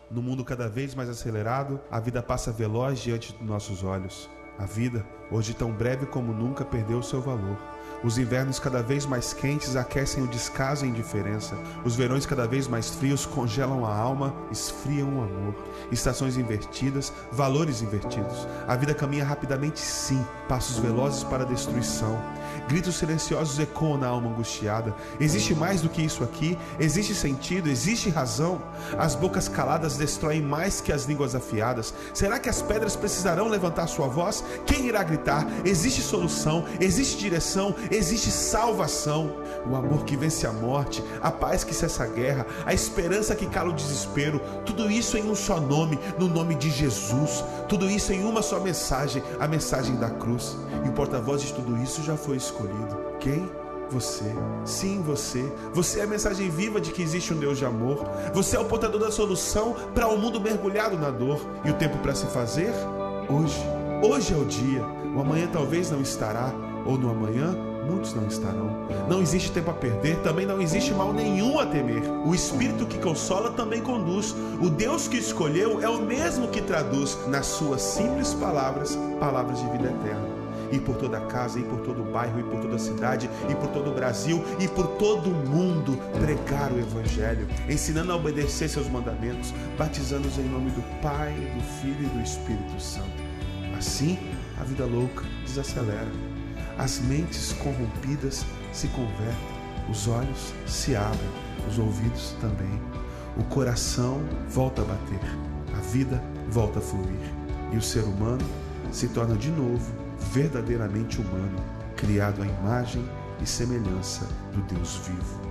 No mundo cada vez mais acelerado, a vida passa veloz diante dos nossos olhos. A vida, hoje tão breve como nunca, perdeu seu valor. Os invernos cada vez mais quentes aquecem o descaso e a indiferença. Os verões cada vez mais frios congelam a alma, esfriam o amor. Estações invertidas, valores invertidos. A vida caminha rapidamente, sim, passos velozes para a destruição. Gritos silenciosos ecoam na alma angustiada. Existe mais do que isso aqui? Existe sentido? Existe razão? As bocas caladas destroem mais que as línguas afiadas. Será que as pedras precisarão levantar sua voz? Quem irá gritar? Existe solução? Existe direção? Existe salvação? O amor que vence a morte, a paz que cessa a guerra, a esperança que cala o desespero, tudo isso em um só nome, no nome de Jesus. Tudo isso em uma só mensagem, a mensagem da cruz. E o porta-voz de tudo isso já foi escolhido. Quem? Você. Sim, você. Você é a mensagem viva de que existe um Deus de amor. Você é o portador da solução para um mundo mergulhado na dor. E o tempo para se fazer? Hoje. Hoje é o dia. O amanhã talvez não estará. Ou no amanhã, muitos não estarão. Não existe tempo a perder, também não existe mal nenhum a temer. O Espírito que consola também conduz. O Deus que escolheu é o mesmo que traduz nas suas simples palavras, palavras de vida eterna. E por toda a casa, e por todo o bairro, e por toda a cidade, e por todo o Brasil, e por todo o mundo, pregar o Evangelho, ensinando a obedecer seus mandamentos, batizando-os em nome do Pai, do Filho e do Espírito Santo. Assim, a vida louca desacelera. As mentes corrompidas se convertem, os olhos se abrem, os ouvidos também. O coração volta a bater, a vida volta a fluir. E o ser humano se torna de novo verdadeiramente humano, criado à imagem e semelhança do Deus vivo.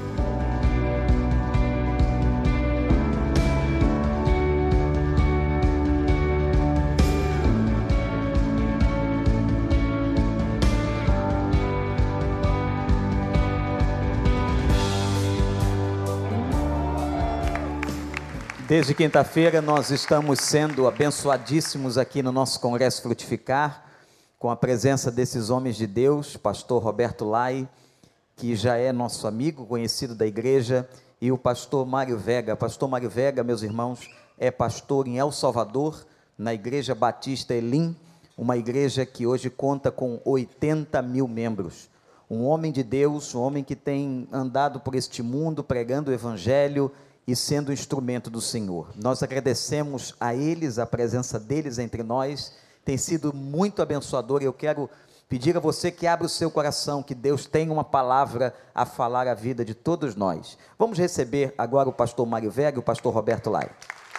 Desde quinta-feira nós estamos sendo abençoadíssimos aqui no nosso Congresso Frutificar, com a presença desses homens de Deus, pastor Roberto Lai, que já é nosso amigo, conhecido da igreja, e o pastor Mário Vega. Pastor Mário Vega, meus irmãos, é pastor em El Salvador, na Igreja Batista Elim, uma igreja que hoje conta com 80 mil membros. Um homem de Deus, um homem que tem andado por este mundo, pregando o Evangelho e sendo instrumento do Senhor. Nós agradecemos a eles, a presença deles entre nós, tem sido muito abençoador, e eu quero pedir a você que abra o seu coração, que Deus tem uma palavra a falar à vida de todos nós. Vamos receber agora o pastor Mário Vega e o pastor Roberto Lai.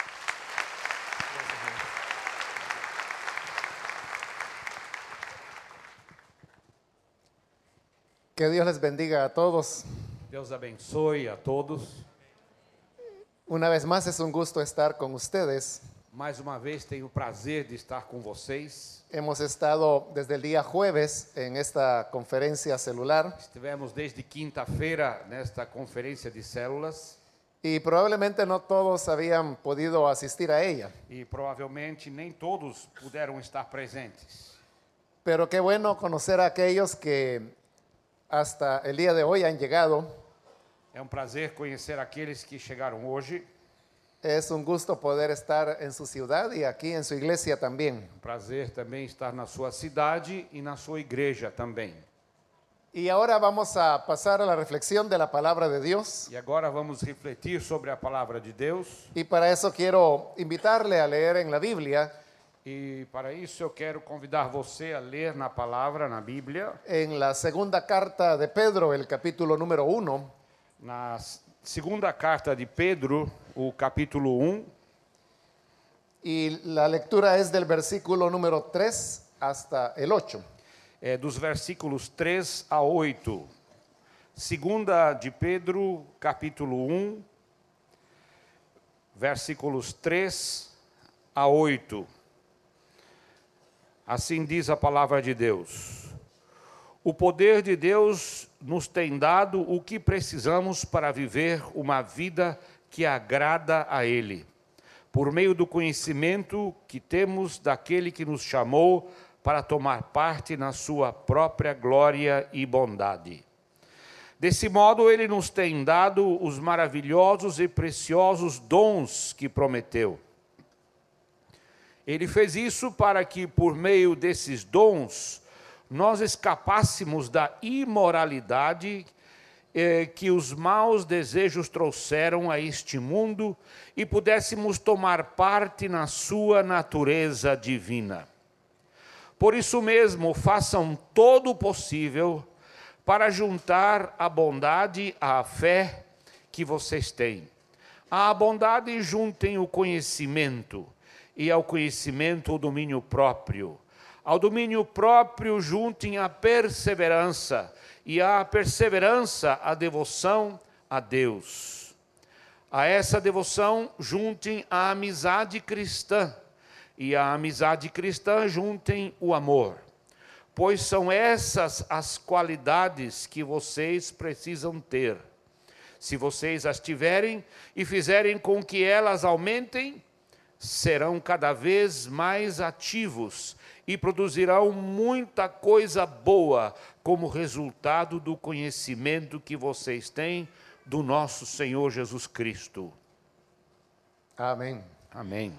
Que Dios les bendiga a todos. Deus abençoe a todos. Una vez más es un gusto estar con ustedes. Mais uma vez tenho o prazer de estar com vocês. Hemos estado desde el día jueves en esta conferencia celular Estivemos desde quinta-feira nesta conferência de células y probablemente no todos habían podido asistir a ella. e provavelmente nem todos puderam estar presentes. Pero qué bueno conocer a aquellos que hasta el día de hoy han llegado. É um prazer conhecer aqueles que chegaram hoje. Es un gusto poder estar en su ciudad y aquí en su iglesia también. Um prazer também estar na sua cidade e na sua igreja também. Y ahora vamos a pasar a la reflexión de la palabra de Dios. E agora vamos refletir sobre a palavra de Deus. Y para eso quiero invitarle a leer en la Biblia, E para isso eu quero convidar você a ler na palavra, na Bíblia, en la segunda carta de Pedro, el capítulo número 1. na segunda carta de Pedro, o capítulo 1. Y la lectura es del versículo número 3 hasta el 8. Dos versículos 3 a 8. Segunda de Pedro, capítulo 1, versículos 3 a 8. Assim diz a palavra de Deus. O poder de Deus nos tem dado o que precisamos para viver uma vida que agrada a Ele, por meio do conhecimento que temos daquele que nos chamou para tomar parte na sua própria glória e bondade. Desse modo, ele nos tem dado os maravilhosos e preciosos dons que prometeu. Ele fez isso para que, por meio desses dons, nós escapássemos da imoralidade que os maus desejos trouxeram a este mundo e pudéssemos tomar parte na sua natureza divina. Por isso mesmo, façam todo o possível para juntar a bondade à fé que vocês têm. À bondade juntem o conhecimento, e ao conhecimento o domínio próprio. Ao domínio próprio juntem a perseverança, e à perseverança a devoção a Deus. A essa devoção juntem a amizade cristã, e à amizade cristã juntem o amor. Pois são essas as qualidades que vocês precisam ter. Se vocês as tiverem e fizerem com que elas aumentem, serão cada vez mais ativos e produzirão muita coisa boa como resultado do conhecimento que vocês têm do nosso Senhor Jesus Cristo. Amén. Amém.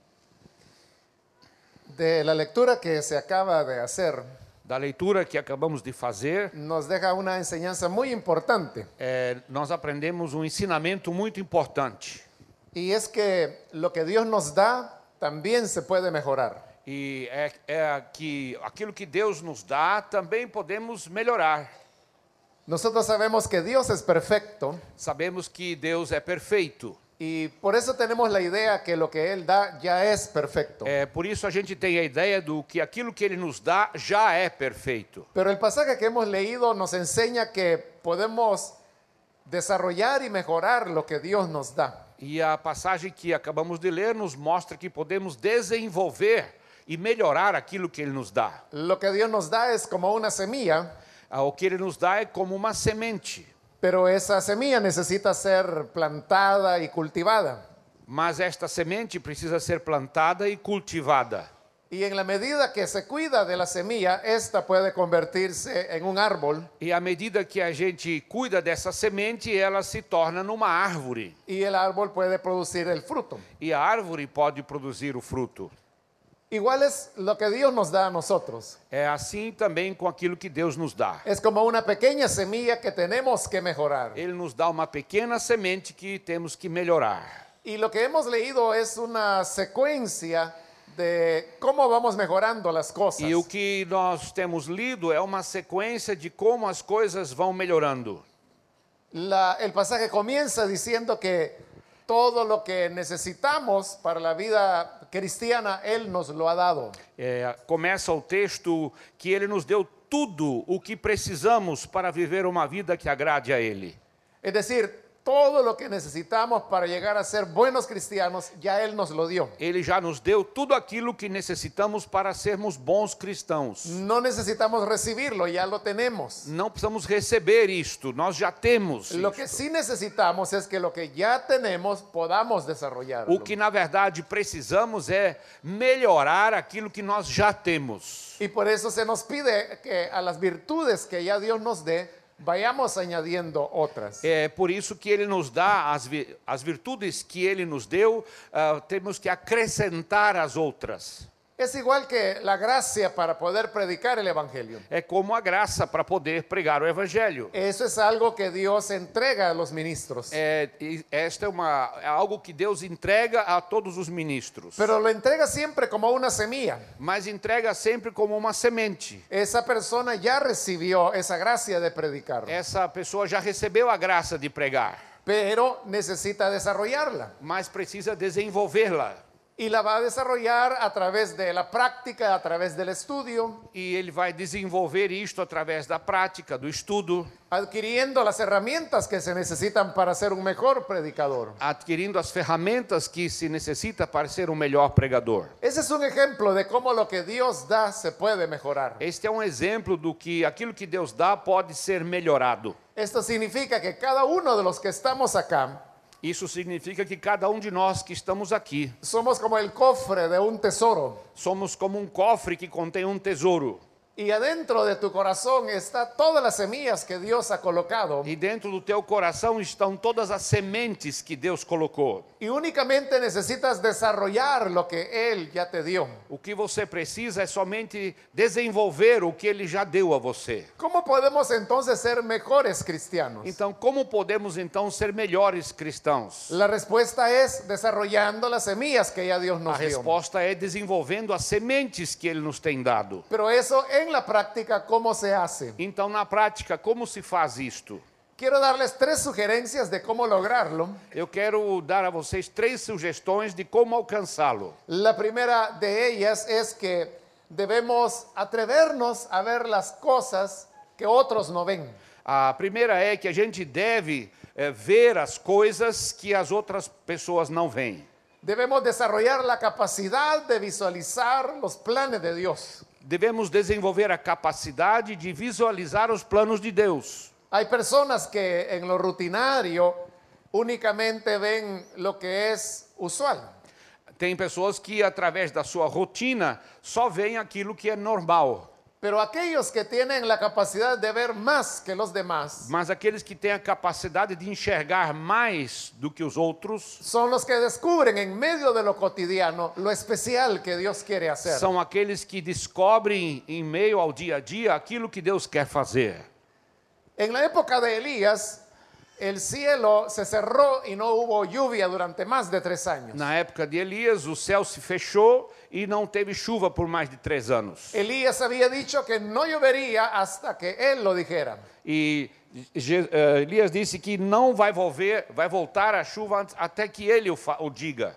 De la lectura que se acaba de hacer, Da leitura que acabamos de fazer, nos deja una enseñanza muy importante. nós aprendemos um ensinamento muito importante. Y es que lo que Dios nos da también se puede mejorar. E que aquilo que Deus nos dá também podemos melhorar. Nosotros sabemos que Dios es perfecto Sabemos que Deus é perfeito. y por eso tenemos la idea que lo que Él da ya es perfecto. Por isso a gente tem a ideia do que aquilo que Ele nos dá já é perfeito. Pero el pasaje que hemos leído nos enseña que podemos desarrollar y mejorar lo que Dios nos da. E a passagem que acabamos de ler nos mostra que podemos desenvolver e melhorar aquilo que Ele nos dá. Lo que Dios nos da es como una semilla, O que Ele nos dá é como uma semente. pero esa semilla necesita ser plantada y cultivada. Mas esta semente precisa ser plantada e cultivada. Y en la medida que se cuida de la semilla, esta puede convertirse en un árbol E à medida que a gente cuida dessa semente, ela se torna numa árvore. y el árbol puede producir el fruto. E a árvore pode produzir o fruto. Igual es lo que Dios nos da a nosotros. É assim também com aquilo que Deus nos dá. Es como una pequeña semilla que tenemos que mejorar. Ele nos dá uma pequena semente que temos que melhorar. Y lo que hemos leído es una secuencia de cómo vamos mejorando las cosas. E o que nós temos lido é uma sequência de como as coisas vão melhorando. El pasaje comienza diciendo que todo lo que necesitamos para la vida cristiana, Él nos lo ha dado. Começa o texto que Ele nos deu tudo o que precisamos para viver uma vida que agrade a Ele. Es decir, todo lo que necesitamos para llegar a ser buenos cristianos, ya Él nos lo dio. Ele já nos deu tudo aquilo que necessitamos para sermos bons cristãos. No necesitamos recibirlo, ya lo tenemos. Não precisamos receber isto, nós já temos Lo isto. que sí necesitamos es que lo que ya tenemos podamos desarrollarlo. O que na verdade precisamos é melhorar aquilo que nós já temos. Y por eso se nos pide que a las virtudes que ya Dios nos dé, vayamos añadiendo otras. É por isso que Ele nos dá as virtudes que Ele nos deu, temos que acrescentar as outras. Es igual que la gracia para poder predicar el Evangelio. É como a graça para poder pregar o Evangelho. Eso es algo que Dios entrega a los ministros. Esta é algo que Deus entrega a todos os ministros. Pero lo entrega siempre como una semilla. Mas entrega sempre como uma semente. Esa persona ya recibió esa gracia de predicar, Essa pessoa já recebeu a graça de pregar, pero necesita desarrollarla. mas precisa desenvolvê-la. Y la va a desarrollar a través de la práctica, a través del estudio, E ele vai desenvolver isto através da prática, do estudo, adquiriendo las herramientas que se necesitan para ser un mejor predicador. adquirindo as ferramentas que se necessita para ser um melhor pregador. Ese es un ejemplo de cómo lo que Dios da se puede mejorar. Este é um exemplo do que aquilo que Deus dá pode ser melhorado. Esto significa que cada uno de los que estamos acá Isso significa que cada um de nós que estamos aqui somos como el cofre de un tesoro. somos como um cofre que contém um tesouro. y adentro de tu corazón está todas las semillas que Dios ha colocado, E dentro do teu coração estão todas as sementes que Deus colocou. y únicamente necesitas desarrollar lo que Él ya te dio. O que você precisa é somente desenvolver o que Ele já deu a você. ¿Cómo podemos entonces ser mejores cristianos? Então, como podemos então ser melhores cristãos? La respuesta es desarrollando las semillas que ya Dios A nos dio. resposta é desenvolvendo as sementes que Ele nos tem dado. Pero eso en la práctica, ¿cómo se hace? Então, na prática, como se faz isto? Quiero darles 3 sugerencias de cómo lograrlo. Eu quero dar a vocês 3 sugestões de como alcançá-lo. La primera de ellas es que debemos atrevernos a ver las cosas que otros no ven. A primeira é que a gente deve ver as coisas que as outras pessoas não veem. Debemos desarrollar la capacidad de visualizar los planes de Dios. Devemos desenvolver a capacidade de visualizar os planos de Deus. Hay personas que en lo rutinario únicamente ven lo que es usual. Tem pessoas que, através da sua rotina, só veem aquilo que é normal. Pero aquellos que tienen la capacidad de ver más que los demás Mas aqueles que têm a capacidade de enxergar mais do que os outros son los que descubren en medio de lo cotidiano lo especial que Dios quiere hacer. são aqueles que descobrem, em meio ao dia a dia, aquilo que Deus quer fazer. En la época de Elías, el cielo se cerró y no hubo lluvia durante más de 3 años. Na época de Elias, o céu se fechou e não teve chuva por mais de 3 anos. Elías había dicho que no llovería hasta que él lo dijera. E Elias disse que não vai voltar a chuva até que ele o diga.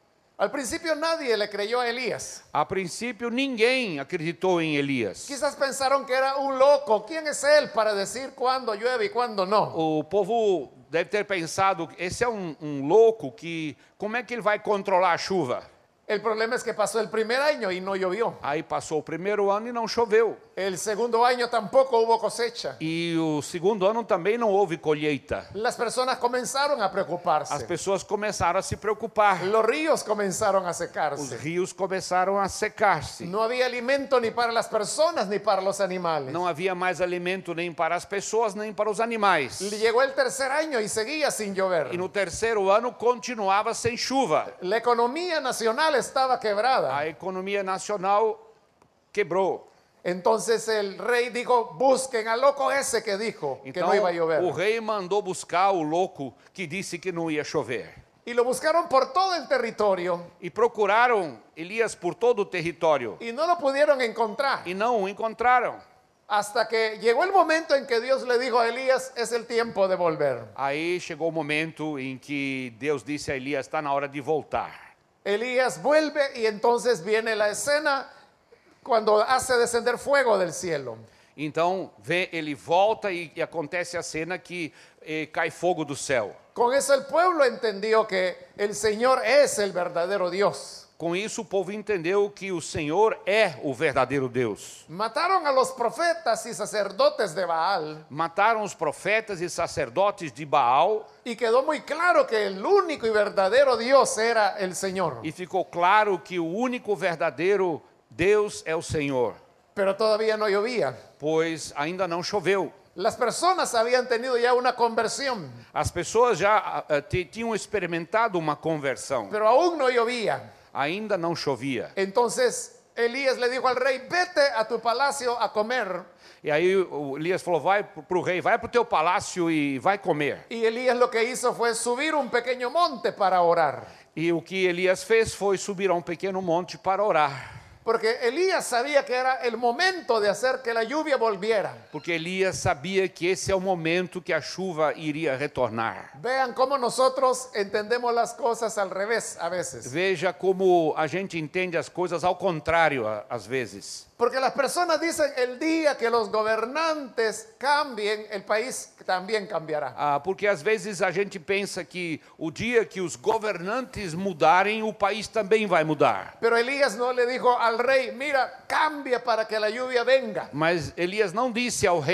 Al principio nadie le creyó a Elías. A princípio, ninguém acreditou em Elias. Quizás pensaron que era un loco. ¿Quién es él para decir cuándo llueve y cuándo no? O povo deve ter pensado, esse é um louco, que como é que ele vai controlar a chuva? El problema es que pasó el primer año y no llovió. Aí passou o primeiro ano e não choveu. El segundo año tampoco hubo cosecha. E o segundo ano também não houve colheita. Las personas comenzaron a As preocuparse. pessoas começaram a se preocupar. Los ríos comenzaron a Os secarse. rios começaram a secar-se. No había alimento ni para las personas ni para los animales. Não havia mais alimento nem para as pessoas, nem para os animais. Llegó el tercer año y seguía sin llover. E no terceiro ano continuava sem chuva. La economía nacional estaba quebrada. A economia nacional quebrou. Entonces el rey dijo, busquen al loco ese que dijo que Então no iba a llover. o rei mandou buscar o louco que disse que não ia chover. Y lo buscaron por todo el territorio E procuraram Elias por todo o território. y no lo pudieron encontrar. E não o encontraram. Hasta que llegó el momento en que Dios le dijo a Elías, es el tiempo de volver. Aí chegou o momento em que Deus disse a Elias, está na hora de voltar. Elías vuelve y entonces viene la escena cuando hace descender fuego del cielo. Então ele volta e acontece a cena que cai fogo do céu. Con eso el pueblo entendió que el Señor es el verdadero Dios. Com isso o povo entendeu que o Senhor é o verdadeiro Deus. Mataron a los profetas y sacerdotes de Baal Mataram os profetas e sacerdotes de Baal y quedó muy claro que el único y verdadero Dios era el Señor. e ficou claro que o único verdadeiro Deus é o Senhor, Pero todavía no llovía. pois ainda não choveu. Las personas habían tenido ya una conversión, As pessoas já tinham experimentado uma conversão, pero aún no llovía. ainda não chovia. Entonces Elías le dijo al rey, vete a tu palacio a comer. E aí o Elias falou, vai para o rei, vai para o teu palácio e vai comer. Y Elías lo que hizo fue subir un pequeño monte para orar. E o que Elias fez foi subir a um pequeno monte para orar. Porque Elías sabía que era el momento de hacer que la lluvia volviera. Porque Elias sabia que esse é o momento que a chuva iria retornar. Vean cómo nosotros entendemos las cosas al revés a veces. Veja como a gente entende as coisas ao contrário, às vezes. Porque las personas dicen, el día que los gobernantes cambien, el país también cambiará. Porque às vezes a gente pensa que o dia que os governantes mudarem, o país também vai mudar. Pero Elías no le dijo al rei, mira, cambia para que la lluvia venga. Mas Elias não disse ao rei,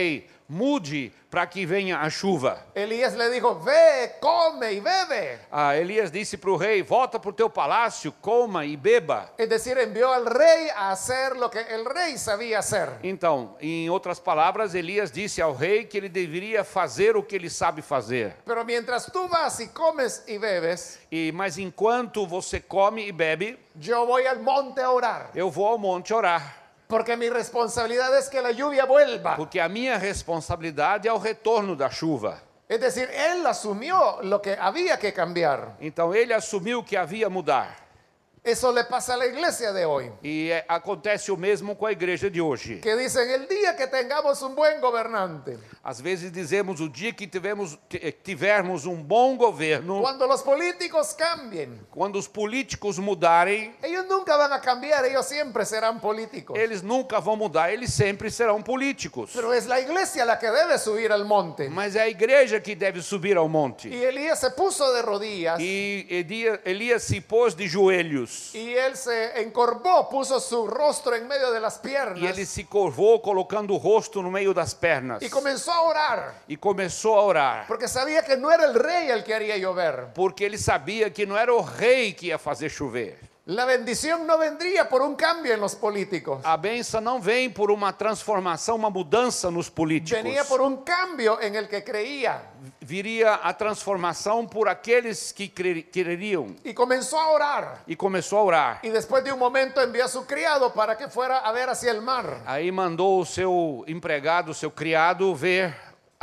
mude para que venha a chuva. Elías le dijo, ve, come y bebe. Elias disse para o rei, volta para o teu palácio, coma e beba. Es decir, envió al rey a hacer lo que el rey sabía hacer. Então, em outras palavras, Elias disse ao rei que ele deveria fazer o que ele sabe fazer. Pero mientras tú vas y comes y bebes, Mas enquanto você come e bebe, yo voy al monte a orar. eu vou ao monte orar. Porque mi responsabilidad es que la lluvia vuelva. Porque a minha responsabilidade é o retorno da chuva. Es decir, él asumió lo que había que cambiar. Então ele assumiu que havia mudar. Eso le pasa a la iglesia de hoy. Acontece o mesmo com a igreja de hoje. Que dicen, el día que tengamos un buen gobernante, Às vezes dizemos o dia que tivermos um bom governo, cuando los políticos cambien, quando os políticos mudarem, ellos nunca van a cambiar, ellos siempre serán políticos. eles nunca vão mudar, eles sempre serão políticos. Pero es la iglesia la que debe subir al monte. Mas é a igreja que deve subir ao monte. Y Elías se puso de rodillas E Elias se pôs de joelhos. y él se encorvó, puso su rostro en medio de las piernas E ele se curvou, colocando o rosto no meio das pernas. y comenzó a orar. E começou a orar. Porque sabía que no era el rey el que haría llover. Porque ele sabia que não era o rei que ia fazer chover. La bendición no vendría por un cambio en los políticos. A bênção não vem por uma transformação, uma mudança nos políticos. Venía por un cambio en el que creía. Viria a transformação por aqueles que creriam. Y comenzó a orar. E começou a orar. Y después de un momento envió a su criado para que fuera a ver hacia el mar. Aí mandou o seu empregado, o seu criado, ver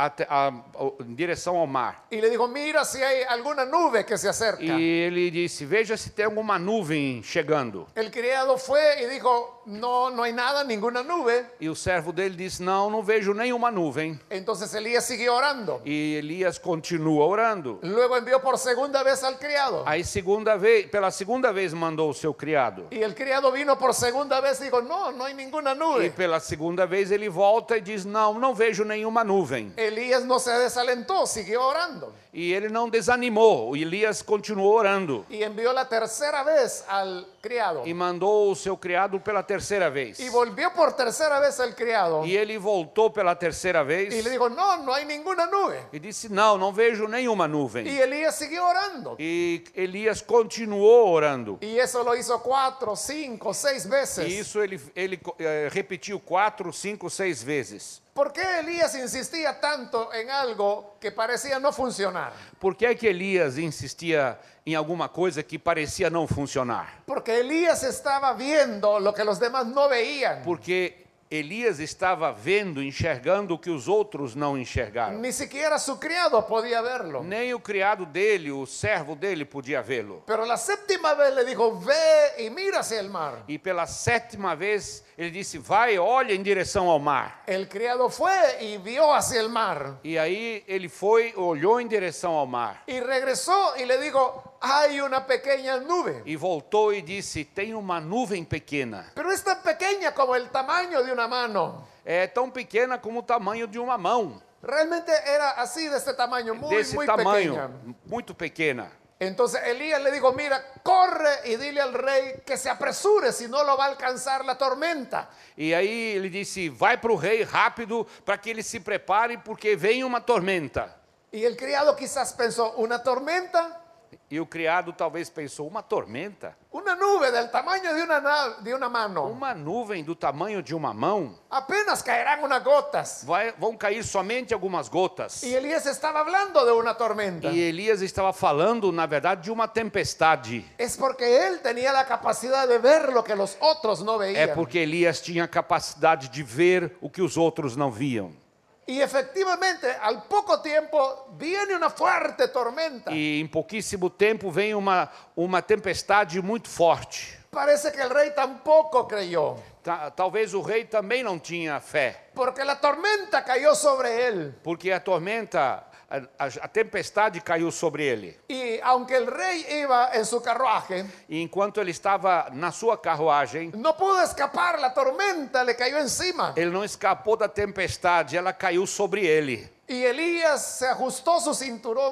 em direção ao mar. Y le dijo, mira si hay alguna nube que se acerca. E ele disse, veja se tem alguma nuvem chegando. El criado fue y dijo, no, no hay nada, ninguna nube. E o servo dele disse, não vejo nenhuma nuvem. Entonces Elías siguió orando. E Elias continua orando. Luego envió por segunda vez al criado. Aí pela segunda vez mandou o seu criado. Y el criado vino por segunda vez y dijo, no, no hay ninguna E nube. pela segunda vez ele volta e diz, não vejo nenhuma nuvem. Elías no se desalentó, siguió orando. E ele não desanimou, Elias continuou orando. Y envió la tercera vez al criado. E mandou o seu criado pela terceira vez. Y volvió por tercera vez al criado. E ele voltou pela terceira vez. Y le dijo, no, no hay ninguna nube. E disse, não vejo nenhuma nuvem. Y Elías siguió orando. E Elias continuou orando. Y eso lo hizo 4, 5, 6 veces. E isso ele repetiu 4, 5, 6 vezes. ¿Por qué Elías insistía tanto en algo que parecía no funcionar? Por que Elias insistia em alguma coisa que parecia não funcionar? Porque Elías estaba viendo lo que los demás no veían. Porque Elias estava vendo, enxergando o que os outros não enxergaram. Ni siquiera su criado podía verlo. Nem o criado dele, o servo dele podia vê-lo. Pero la séptima vez le dijo, ve y mira hacia el mar. E pela sétima vez ele disse, vai, olha em direção ao mar. El criado fue y vio hacia el mar. E aí ele foi, olhou em direção ao mar. Y regresó y le dijo, hay una pequeña nube. E voltou e disse, tem uma nuvem pequena. Pero es tan pequeña como el tamaño de una mano. É tão pequena como o tamanho de uma mão. Realmente era así, de este tamaño, muy, Desse muy tamanho, pequeña. muito pequena. Entonces Elías le dijo, mira, corre y dile al rey que se apresure, si no lo va a alcanzar la tormenta. E aí ele disse, vai para o rei rápido para que ele se prepare porque vem uma tormenta. Y el criado quizás pensó, ¿una tormenta? E o criado talvez pensou, uma tormenta? Una nube del tamaño de una mano. Uma nuvem do tamanho de uma mão? Apenas caerán unas gotas. Vão cair somente algumas gotas. Y Elías estaba hablando de una tormenta. E Elias estava falando, na verdade, de uma tempestade. Es porque él tenía la capacidad de ver lo que los otros no veían. É porque Elias tinha a capacidade de ver o que os outros não viam. Y efectivamente, al poco tiempo, viene una fuerte tormenta. E em pouquíssimo tempo vem uma tempestade muito forte. Parece que el rey tampoco creyó. Talvez o rei também não tinha fé. Porque la tormenta cayó sobre él. Porque a tormenta, a tempestade caiu sobre ele. Y aunque el rey iba en su carruaje, E enquanto ele estava na sua carruagem, no pudo escapar, la tormenta le cayó encima. ele não escapou da tempestade, ela caiu sobre ele. Y Elías se ajustó su cinturón.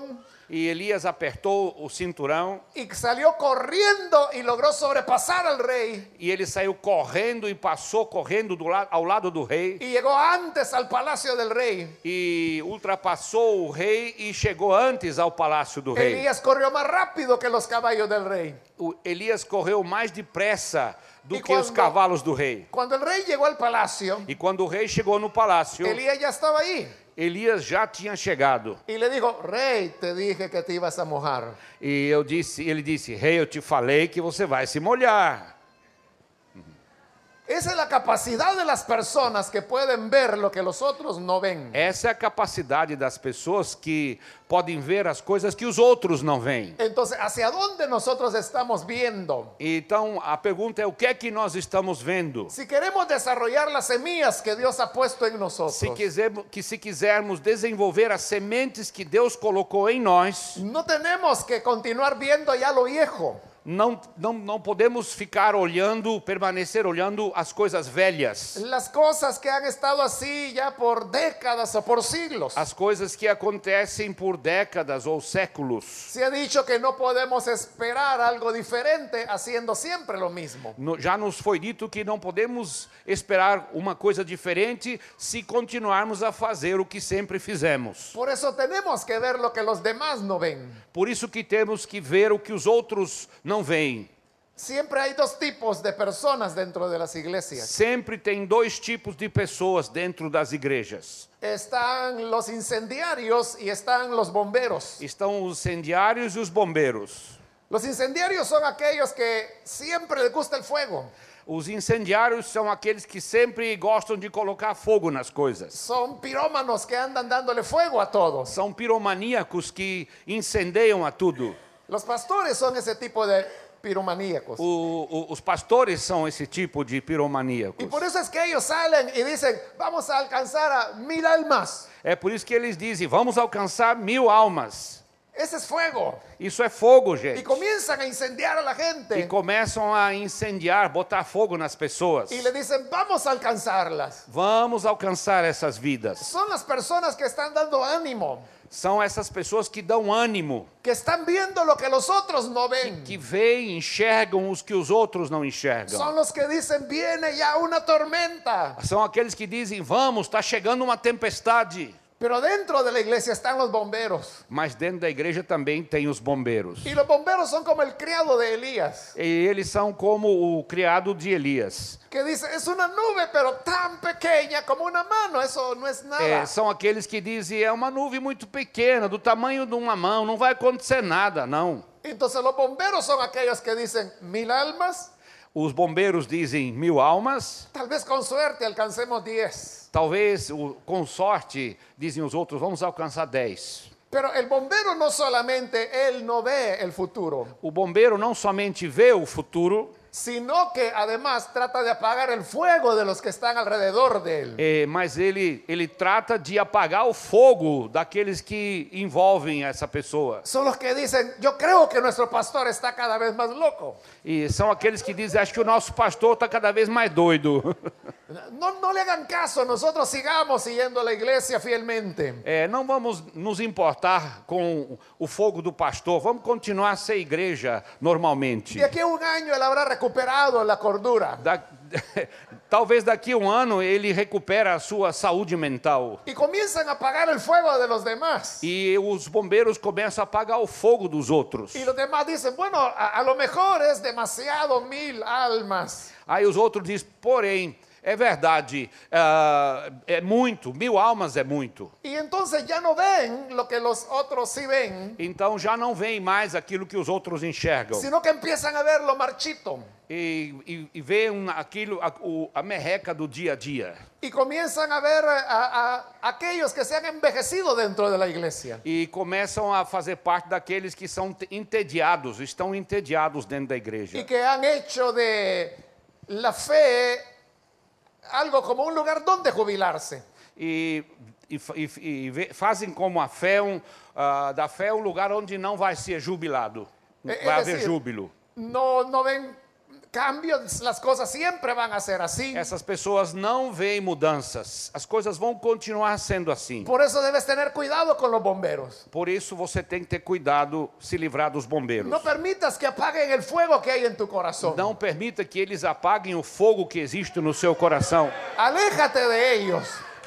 E Elias apertou o cinturão y salió corriendo y logró sobrepasar al rey. e ele saiu correndo e passou correndo ao lado do rei Y llegó antes al palacio del rey. e ultrapassou o rei e chegou antes ao palácio do rei. Elías corrió más rápido que los caballos del rey. Elias correu mais depressa do E que os quando- cavalos do rei. Cuando el rey llegó al palacio, E quando o rei chegou no palácio, Elías ya estaba ahí. Elias já tinha chegado. Y le dijo, rey, te dije que te ibas a mojar. E ele disse, rei, eu te falei que você vai se molhar. Esa es la capacidad de las personas que pueden ver lo que los otros no ven. Essa é a capacidade das pessoas que podem ver as coisas que os outros não veem. Entonces, ¿hacia dónde nosotros estamos viendo? Então, a pergunta é o que é que nós estamos vendo? Si queremos desarrollar las semillas que Dios ha puesto en nosotros, Se quisermos desenvolver as sementes que Deus colocou em nós, no tenemos que continuar viendo ya lo viejo. não podemos ficar olhando, permanecer olhando as coisas velhas. Las cosas que han estado así ya por décadas o por siglos. As coisas que acontecem por décadas ou séculos. Se ha dicho que no podemos esperar algo diferente haciendo siempre lo mismo. Já nos foi dito que não podemos esperar uma coisa diferente se continuarmos a fazer o que sempre fizemos. Por eso tenemos que ver lo que los demás no ven. Por isso que temos que ver o que os outros não veem. Siempre hay dos tipos de personas dentro de las iglesias. Sempre tem dois tipos de pessoas dentro das igrejas. Están los incendiarios y están los bomberos. Estão os incendiários e os bombeiros. Los incendiarios son aquellos que siempre les gusta el fuego. Os incendiários são aqueles que sempre gostam de colocar fogo nas coisas. Son pirómanos que andan dándole fuego a todos. São piromaníacos que incendeiam a tudo. Los pastores son ese tipo de piromaníacos. Os pastores são esse tipo de piromaníacos. Y por eso es que ellos salen y dicen, vamos a alcanzar a 1000 almas. É por isso que eles dizem, vamos alcançar 1000 almas. Ese es fuego. Isso é fogo, Y gente. comienzan a incendiar a la E gente. começam a incendiar, botar fogo nas pessoas. Y le dicen, vamos a alcanzarlas. Vamos alcançar essas vidas. Son las personas que están dando ánimo, São essas pessoas que dão ânimo, que están viendo lo que los otros no ven. que veem, enxergam os que os outros não Son enxergam. los que dicen, viene ya una tormenta. São aqueles que dizem, vamos, está chegando uma tempestade. Pero dentro de la iglesia están los bomberos. Mas dentro da igreja também tem os bombeiros. Y los bomberos son como el criado de Elías, E eles são como o criado de Elias. que dice, es una nube, pero tan pequeña como una mano. Eso no es nada. São aqueles que dizem, é uma nuvem muito pequena, do tamanho de uma mão, não vai acontecer nada, não. Entonces los bomberos son aquellos que dicen, 1000 almas, Os bombeiros dizem 1000 almas, tal vez con suerte alcancemos 10. talvez com sorte, dizem os outros, vamos alcançar 10. Pero el bombero no solamente, él no ve el futuro, O bombeiro não somente vê o futuro, sino que además trata de apagar el fuego de los que están alrededor de él. mas ele trata de apagar o fogo daqueles que envolvem essa pessoa. Son los que dicen, yo creo que nuestro pastor está cada vez más loco. E são aqueles que dizem, acho que o nosso pastor está cada vez mais doido. No le hagan caso, nosotros sigamos siguiendo a la iglesia fielmente. Não vamos nos importar com o fogo do pastor, vamos continuar a ser igreja normalmente. De aquí a un año él habrá recuperado la cordura. Talvez daqui a um ano ele recupera a sua saúde mental. Y comienzan a apagar el fuego de los demás. E os bombeiros começam a apagar o fogo dos outros. Y los demás dicen, bueno, a lo mejor es demasiado 1000 almas. Aí os outros dizem, porém, é verdade, é muito, 1000 almas é muito. Y entonces ya no ven lo que los otros sí ven, Então já não vem mais aquilo que os outros enxergam. sino que empiezan a ver lo marchito. E veem a merreca do dia a dia. Y comienzan a ver a aquellos que se han envejecido dentro de la iglesia. E começam a fazer parte daqueles que são estão entediados dentro da igreja. Y que han hecho de la fe algo como un lugar donde jubilarse. Fazem como a fé, da fé um lugar onde não vai ser jubilado. Vai haver decir, júbilo. No ven cambios, las cosas siempre van a ser así. Essas pessoas não veem mudanças. As coisas vão continuar sendo assim. Por eso debes tener cuidado con los bomberos. Por isso você tem que ter cuidado, se livrar dos bombeiros. No permitas que apaguen el fuego que hay en tu corazón. Não permita que eles apaguem o fogo que existe no seu coração. Aléjate de ellos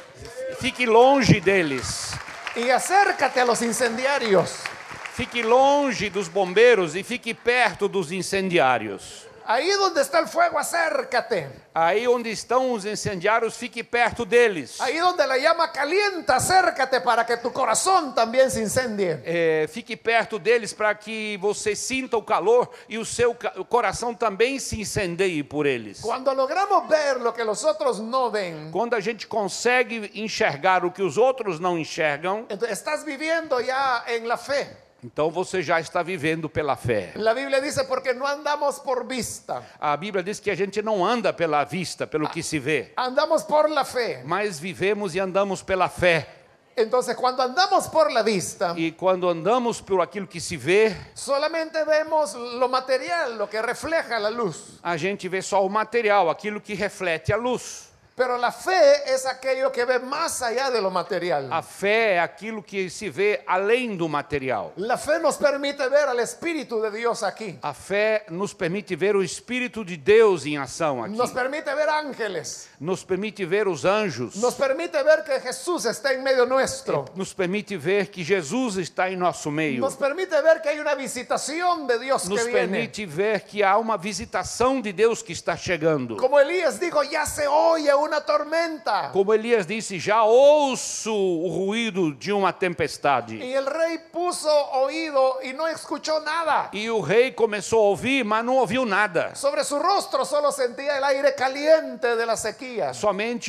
Fique longe deles. y acércate a los incendiarios. Fique longe dos bombeiros e fique perto dos incendiários. Ahí donde está el fuego, acércate. Aí onde estão os incendiários, fique perto deles. Ahí donde la llama calienta, acércate para que tu corazón también se incendie. Fique perto deles para que você sinta o calor e o seu coração também se incendie por eles. Cuando logramos ver lo que los otros no ven, Quando a gente consegue enxergar o que os outros não enxergam, entonces estás viviendo ya en la fe. então você já está vivendo pela fé. La Biblia dice, porque no andamos por vista, A Bíblia diz que a gente não anda pela vista, pelo que se vê, andamos por la fe. mas vivemos e andamos pela fé. Entonces, cuando andamos por la vista, E quando andamos por aquilo que se vê, solamente vemos lo material, lo que refleja la luz. a gente vê só o material, aquilo que reflete a luz. Pero la fe es aquello que ve más allá de lo material. A fé é aquilo que se vê além do material. La fe nos permite ver al Espíritu de Dios aquí. A fé nos permite ver o Espírito de Deus em ação aqui. Nos permite ver ángeles. Nos permite ver os anjos. Nos permite ver que Jesús está en medio nuestro. Nos permite ver que Jesus está em nosso meio. Nos permite ver que hay una visitación de Dios Nos que viene. permite ver que há uma visitação de Deus que está chegando. Como Elías dijo, ya se oye una tormenta. Como Elias disse, já ouço o ruído de uma tempestade. Y el rey puso oído y no escuchó nada. E o rei começou a ouvir, mas não ouviu nada. Sobre su rostro solo sentía el aire caliente de la sequía. Somente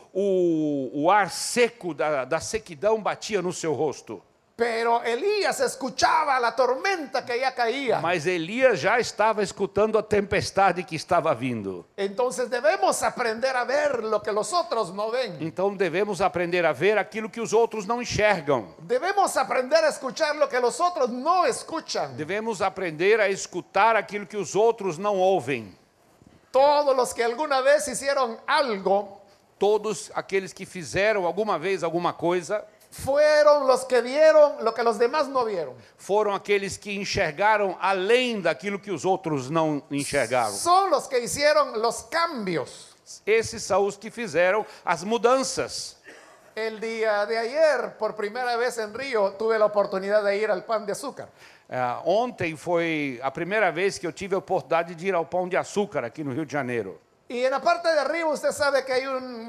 o ar seco da sequidão batia no seu rosto. Pero Elías escuchaba la tormenta que ya caía. Mas Elias já estava escutando a tempestade que estava vindo. Entonces debemos aprender a ver lo que los otros no ven. Então devemos aprender a ver aquilo que os outros não enxergam. Debemos aprender a escuchar lo que los otros no escuchan. Devemos aprender a escutar aquilo que os outros não ouvem. Todos los que alguna vez hicieron algo Todos aqueles que fizeram alguma vez alguma coisa fueron los que vieron lo que los demás no vieron. foram aqueles que enxergaram além daquilo que os outros não enxergaram. Son los que hicieron los cambios. Esses são os que fizeram as mudanças. El día de ayer, por primera vez en Río, tuve la oportunidad de ir al Pan de Azúcar. Ontem foi a primeira vez que eu tive a oportunidade de ir ao Pão de Açúcar aqui no Rio de Janeiro. Y en la parte de arriba usted sabe que hay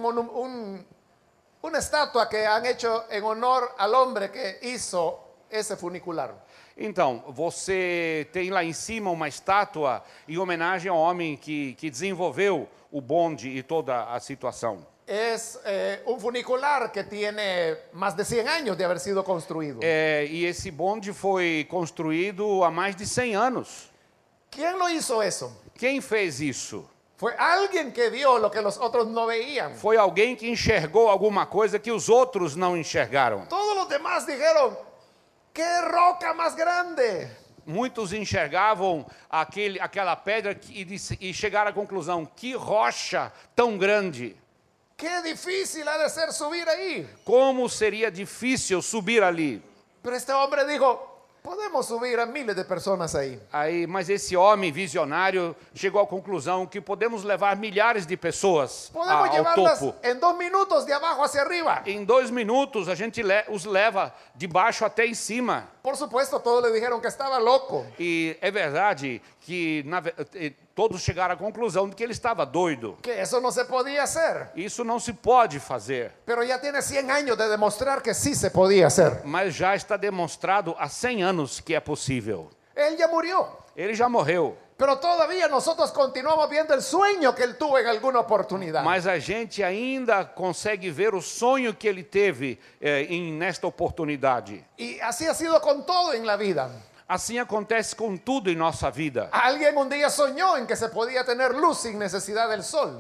una estatua que han hecho en honor al hombre que hizo ese funicular. Então, você tem lá em cima uma estátua em homenagem ao homem que desenvolveu o bonde e toda a situação. Es un funicular que tiene más de 100 años de haber sido construido. E esse bonde foi construído há mais de 100 anos. ¿Quién lo hizo eso? Quem fez isso? Fue alguien que vio lo que los otros no veían. Foi alguém que enxergou alguma coisa que os outros não enxergaram. Todos los demás dijeron, ¡qué roca más grande! Muitos enxergavam aquela pedra e chegaram à conclusão, que rocha tão grande. ¡Qué difícil ha de ser subir ahí! Como seria difícil subir ali. Pero este hombre dijo, podemos subir a miles de personas ahí. Mas esse homem visionário chegou à conclusão que podemos levar milhares de pessoas Podemos ao llevarlas topo. en 2 minutos de abajo hacia arriba. Em 2 minutos a gente os leva de baixo até em cima. Por supuesto, todos le dijeron que estaba loco. E é verdade que todos chegaram à conclusão de que ele estava doido. Que eso no se podía hacer. Isso não se pode fazer. Pero ya tiene 100 años de demostrar que sí se podía hacer. Mas já está demonstrado há 100 anos que é possível. Él ya murió. Ele já morreu. Pero todavía nosotros continuamos viendo el sueño que él tuvo en alguna oportunidad. Mas a gente ainda consegue ver o sonho que ele teve nesta oportunidade. Y así ha sido con todo en la vida. Assim acontece com tudo em nossa vida. Alguien un día soñó en que se podía tener luz sin necesidad del sol.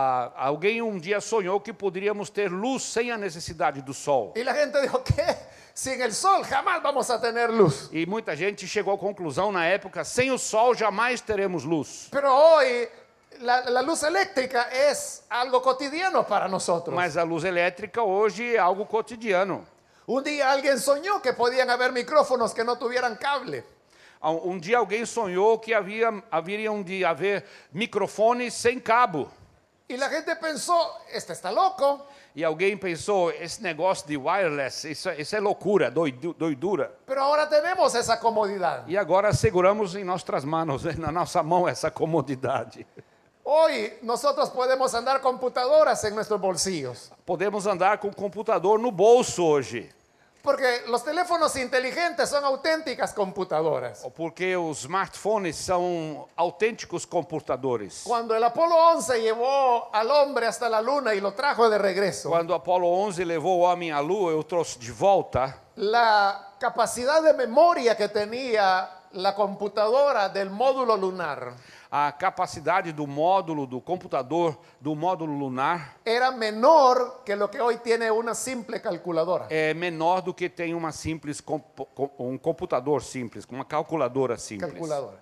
Alguém um dia sonhou que poderíamos ter luz sem a necessidade do sol. Y la gente dijo, ¿qué? sin el sol jamás vamos a tener luz. E muita gente chegou à conclusão na época, sem o sol jamais teremos luz. Pero hoy la luz eléctrica es algo cotidiano para nosotros. Mas a luz elétrica hoje é algo cotidiano. Un día alguien soñó que podían haber micrófonos que no tuvieran cable. Um dia alguém sonhou que haveriam de haver microfones sem cabo. Y la gente pensó, este está loco. E alguém pensou, esse negócio de wireless, isso é loucura, doidura. Pero ahora tenemos esa comodidad. E agora seguramos em nossas mãos, na nossa mão, essa comodidade. Hoy nosotros podemos andar computadoras en nuestros bolsillos. Podemos andar com o computador no bolso hoje. Porque los teléfonos inteligentes son auténticas computadoras. Porque os smartphones são autênticos computadores. Cuando el Apolo 11 llevó al hombre hasta la luna y lo trajo de regreso, Quando o Apolo 11 levou o homem à lua, eu trouxe de volta. la capacidad de memoria que tenía la computadora del módulo lunar A capacidade do módulo, do computador, do módulo lunar era menor que lo que hoy tiene una simple calculadora. é menor do que tem uma simples um computador simples, uma calculadora simples. Calculadora.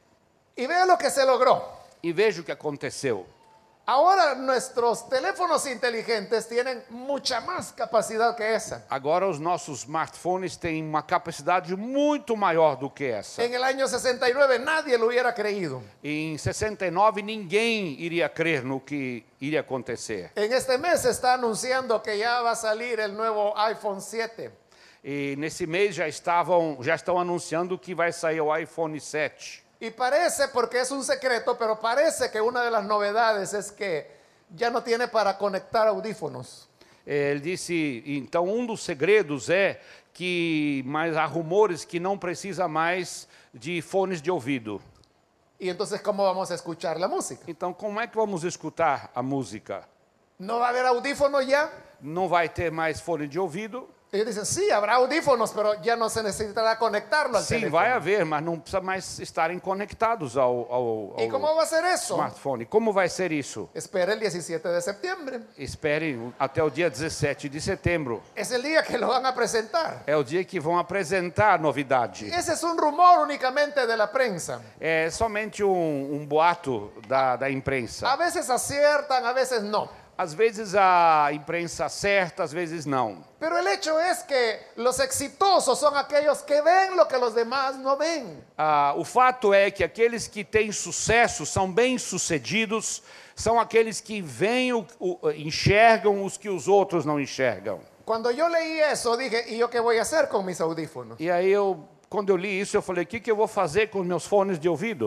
Y vea lo que se logró. E veja o que aconteceu. Ahora nuestros teléfonos inteligentes tienen mucha más capacidad que esa. Agora os nossos smartphones têm uma capacidade muito maior do que essa. En el año 69 nadie lo hubiera creído. Em 69 ninguém iria crer no que iria acontecer. En este mes se está anunciando que ya va a salir el nuevo iPhone 7. E nesse mês já estão anunciando que vai sair o iPhone 7. Y parece, porque es un secreto, pero parece que una de las novedades es que ya no tiene para conectar audífonos. Ele disse, então dos segredos é que mas há rumores que não precisa mais de fones de ouvido. Y entonces, ¿cómo vamos a escuchar la música? Então como é que vamos escutar a música? ¿No va a haber audífonos ya? Não vai ter mais fone de ouvido? Ellos dicen, sí, habrá audífonos, pero ya no se necesitará conectarlo al Sim, teléfono. vai haver, mas não precisa mais estarem conectados ao ¿Y cómo va a ser eso? smartphone. Como vai ser isso? Espera el 17 de septiembre. Esperem até o dia 17 de setembro. Es el día que lo van a presentar. É o dia que vão apresentar a novidade. Ese es un rumor únicamente de la prensa. É somente um boato da imprensa. A veces aciertan, a veces no. Às vezes a imprensa acerta, às vezes não. Pero el hecho es que los exitosos son aquellos que ven lo que los demás no ven. O fato é que aqueles que têm sucesso, são bem-sucedidos, são aqueles que veem, enxergam os que os outros não enxergam. Cuando yo leí eso, dije, ¿y yo qué voy a hacer con mis audífonos? E aí, quando eu li isso, eu falei, o que eu vou fazer com os meus fones de ouvido?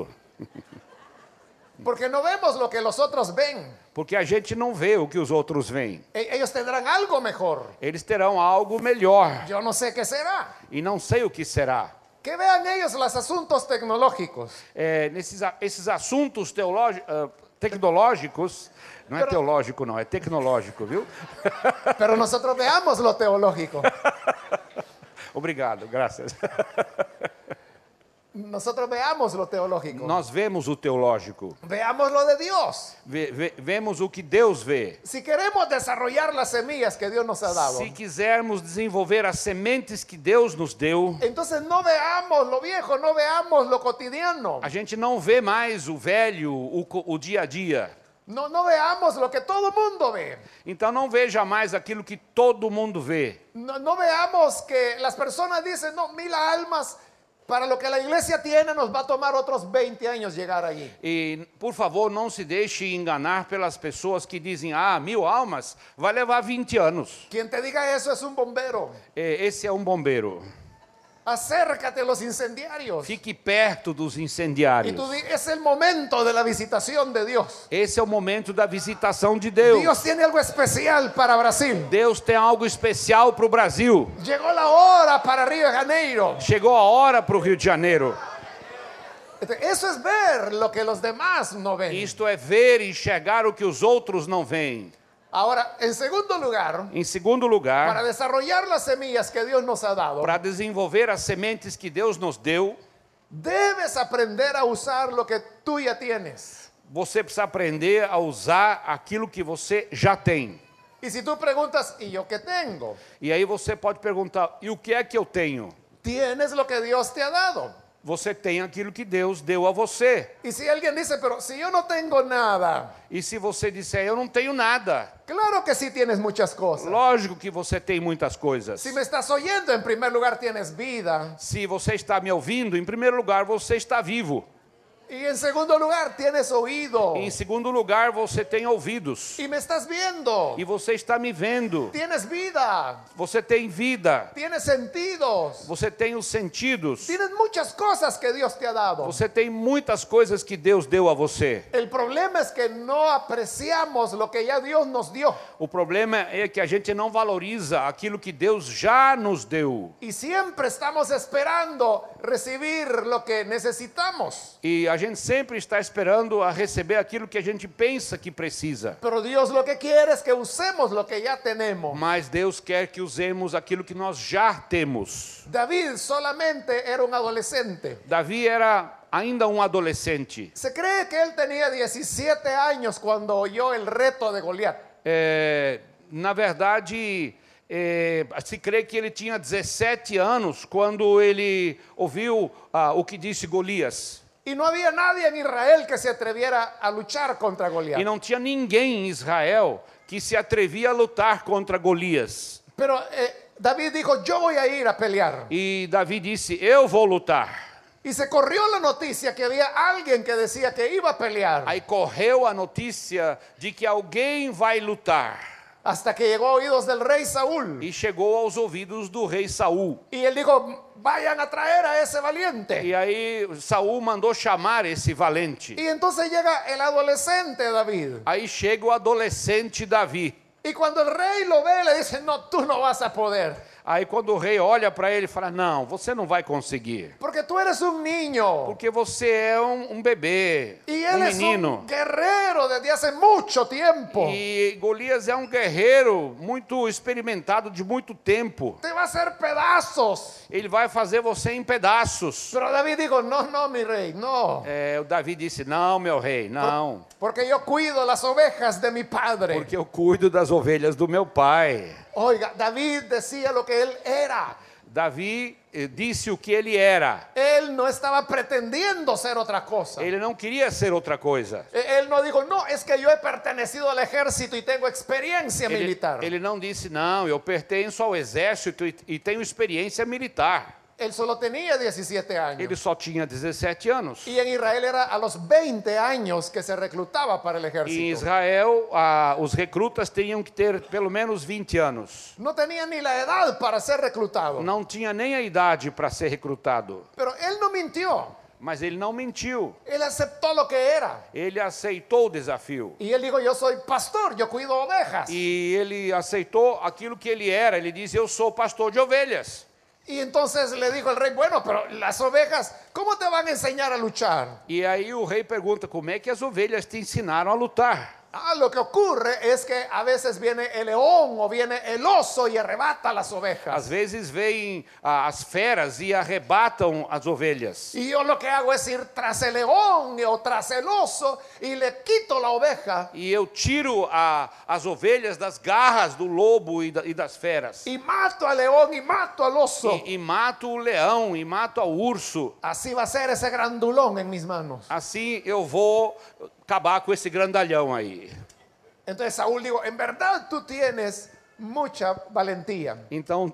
Porque no vemos lo que los otros ven. Porque a gente não vê o que os outros veem. Ellos tendrán algo mejor. Eles terão algo melhor. Yo no sé qué será. E não sei o que será. Que vean ellos los asuntos tecnológicos. Esses assuntos tecnológicos, não é teológico não, é tecnológico, viu? Pero nosotros veamos lo teológico. Obrigado, graças. Nosotros veamos lo teológico. Nós vemos o teológico. Veamos lo de Dios. Vemos o que Deus vê. Si queremos desarrollar las semillas que Dios nos ha dado, Se quisermos desenvolver as sementes que Deus nos deu, entonces no veamos lo viejo, no veamos lo cotidiano. a gente não vê mais o velho, o dia a dia. No veamos lo que todo mundo ve. Então não veja mais aquilo que todo mundo vê. No veamos que las personas dicen, no, 1000 almas, para lo que la iglesia tiene nos va a tomar otros 20 años llegar allí. E, por favor, não se deixe enganar pelas pessoas que dizem, 1000 almas vai levar 20 anos. Quien te diga eso es un bombero. Esse é um bombeiro. Acércate a los incendiarios. Fique perto dos Y incendiários. tú es el momento de la visitación de Dios. Esse é o momento da visitação de Deus. Dios tiene algo especial para Brasil. Deus tem algo especial para o Brasil. Llegó la hora para Río de Janeiro. Chegou a hora para o Rio de Janeiro. Eso es ver lo que los demás no ven. Isto é ver e enxergar o que os outros não veem. Ahora, en segundo lugar, Em segundo para lugar, desarrollar las semillas que Dios nos ha dado, para desenvolver as sementes que Deus nos deu, debes aprender a usar lo que tú ya tienes. você precisa aprender a usar aquilo que você já tem. Y Y si tú preguntas, ¿y yo qué tengo? E aí você pode perguntar, e o que é que eu tenho? Tienes lo que Dios te ha dado. Você tem aquilo que Deus deu a você. Y si alguien dice, pero si yo no tengo nada, E se você disser, eu não tenho nada, claro que sí tienes muchas cosas. lógico que você tem muitas coisas. Si me estás oyendo, en primer lugar tienes vida. Se você está me ouvindo, em primeiro lugar, você está vivo. Y en segundo lugar tienes oído. Em segundo lugar, você tem ouvidos. Y me estás viendo. E você está me vendo. Tienes vida. Você tem vida. Tienes sentidos. Você tem os sentidos. Tienes muchas cosas que Dios te ha dado. Você tem muitas coisas que Deus deu a você. El problema es que no apreciamos lo que ya Dios nos dio. O problema é que a gente não valoriza aquilo que Deus já nos deu. Y siempre estamos esperando recibir lo que necesitamos. E a gente sempre está esperando a receber aquilo que a gente pensa que precisa. Pero Dios lo que quiere es que usemos lo que ya tenemos. Mas Deus quer que usemos aquilo que nós já temos. David solamente era un adolescente. Davi era ainda um adolescente. Se cree que él tenía 17 años cuando oyó el reto de Goliat. Na verdade, se crê que ele tinha 17 anos quando ele ouviu o que disse Golias. Y no había nadie en Israel que se atreviera a luchar contra Goliat. E não tinha ninguém em Israel que se atrevia a lutar contra Golias. Pero David dijo, yo voy a ir a pelear. E Davi disse, eu vou lutar. Y se corrió la noticia que había alguien que decía que iba a pelear. Aí correu a notícia de que alguém vai lutar. Hasta que llegó a oídos del rey Saúl. E chegou aos ouvidos do rei Saul. Y él dijo, vayan a traer a ese valiente. E aí Saul mandou chamar esse valente. Y entonces llega el adolescente David. Aí chega o adolescente Davi. Y cuando el rey lo ve, le dice, no, tú no vas a poder. Aí quando o rei olha para ele, fala, não, você não vai conseguir. Porque tú eres un niño. Porque você é um bebê, Y él es menino. un guerrero desde hace mucho tiempo. E Golias é um guerreiro muito experimentado de muito tempo. Te va a hacer pedazos. Ele vai fazer você em pedaços. Pero David dijo, no, no, mi rey, no. O Davi disse, não, meu rei, não. Porque yo cuido las ovejas de mi padre. Porque eu cuido das ovelhas do meu pai. Oiga, David decía lo que él era. Davi disse o que ele era. Él no estaba pretendiendo ser otra cosa. Ele não queria ser outra coisa. Él no dijo, no, es que yo he pertenecido al ejército y tengo experiencia militar. Ele não disse, não, eu pertenço ao exército e tenho experiência militar. Él solo tenía 17 años. Ele só tinha 17 anos. Y en Israel era a los 20 años que se reclutaba para el Em ejército. Israel, os recrutas tinham que ter pelo menos 20 anos. No tenía ni la edad para ser reclutado. Não tinha nem a idade para ser recrutado. Pero él no mintió. Mas ele não mentiu. Él aceptó lo que era. Ele aceitou o desafio. Y él dijo, yo soy pastor, yo cuido ovejas. E ele aceitou aquilo que ele era. Ele disse, eu sou pastor de ovelhas. Y entonces le dijo el rey, bueno, pero las ovejas, ¿cómo te van a enseñar a luchar? E aí o rei pergunta, como é que as ovelhas te ensinaram a lutar? Lo que ocurre es que a veces viene el león o viene el oso y arrebata las ovejas. Às vezes vêm as feras e arrebatam as ovelhas. Y yo lo que hago es ir tras el león o tras el oso y le quito la oveja E eu tiro as ovelhas das garras do lobo e das feras. y mato al león y mato al oso. E mato o leão e mato o urso. Así va a ser ese grandulón en mis manos. Assim eu vou acabar com esse grandalhão aí. Entonces Saúl dijo, en verdad tú tienes mucha valentía, Então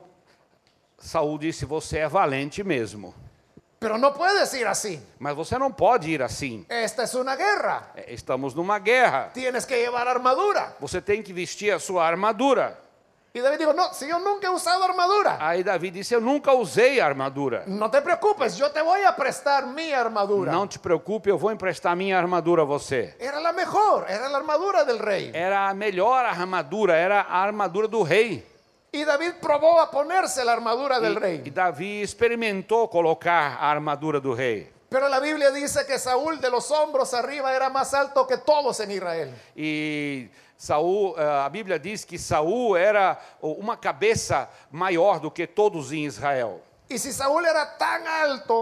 Saul disse, você é valente mesmo. pero no puedes ir así. Mas você não pode ir assim. Esta es una guerra. Estamos numa guerra. Tienes que llevar armadura. Você tem que vestir a sua armadura. Y David dijo, no, si yo nunca he usado armadura. Aí Davi disse, eu nunca usei armadura. No te preocupes, yo te voy a prestar mi armadura. Não te preocupe, eu vou emprestar minha armadura a você. Era la mejor, era la armadura del rey. Era a melhor armadura, era a armadura do rei. Y David probó a ponerse la armadura del E rey. Davi experimentou colocar a armadura do rei. Pero la Biblia dice que Saúl de los hombros arriba era más alto que todos en Israel. E Saul, a Bíblia diz que Saul era uma cabeça maior do que todos em Israel. Y si Saúl era tan alto,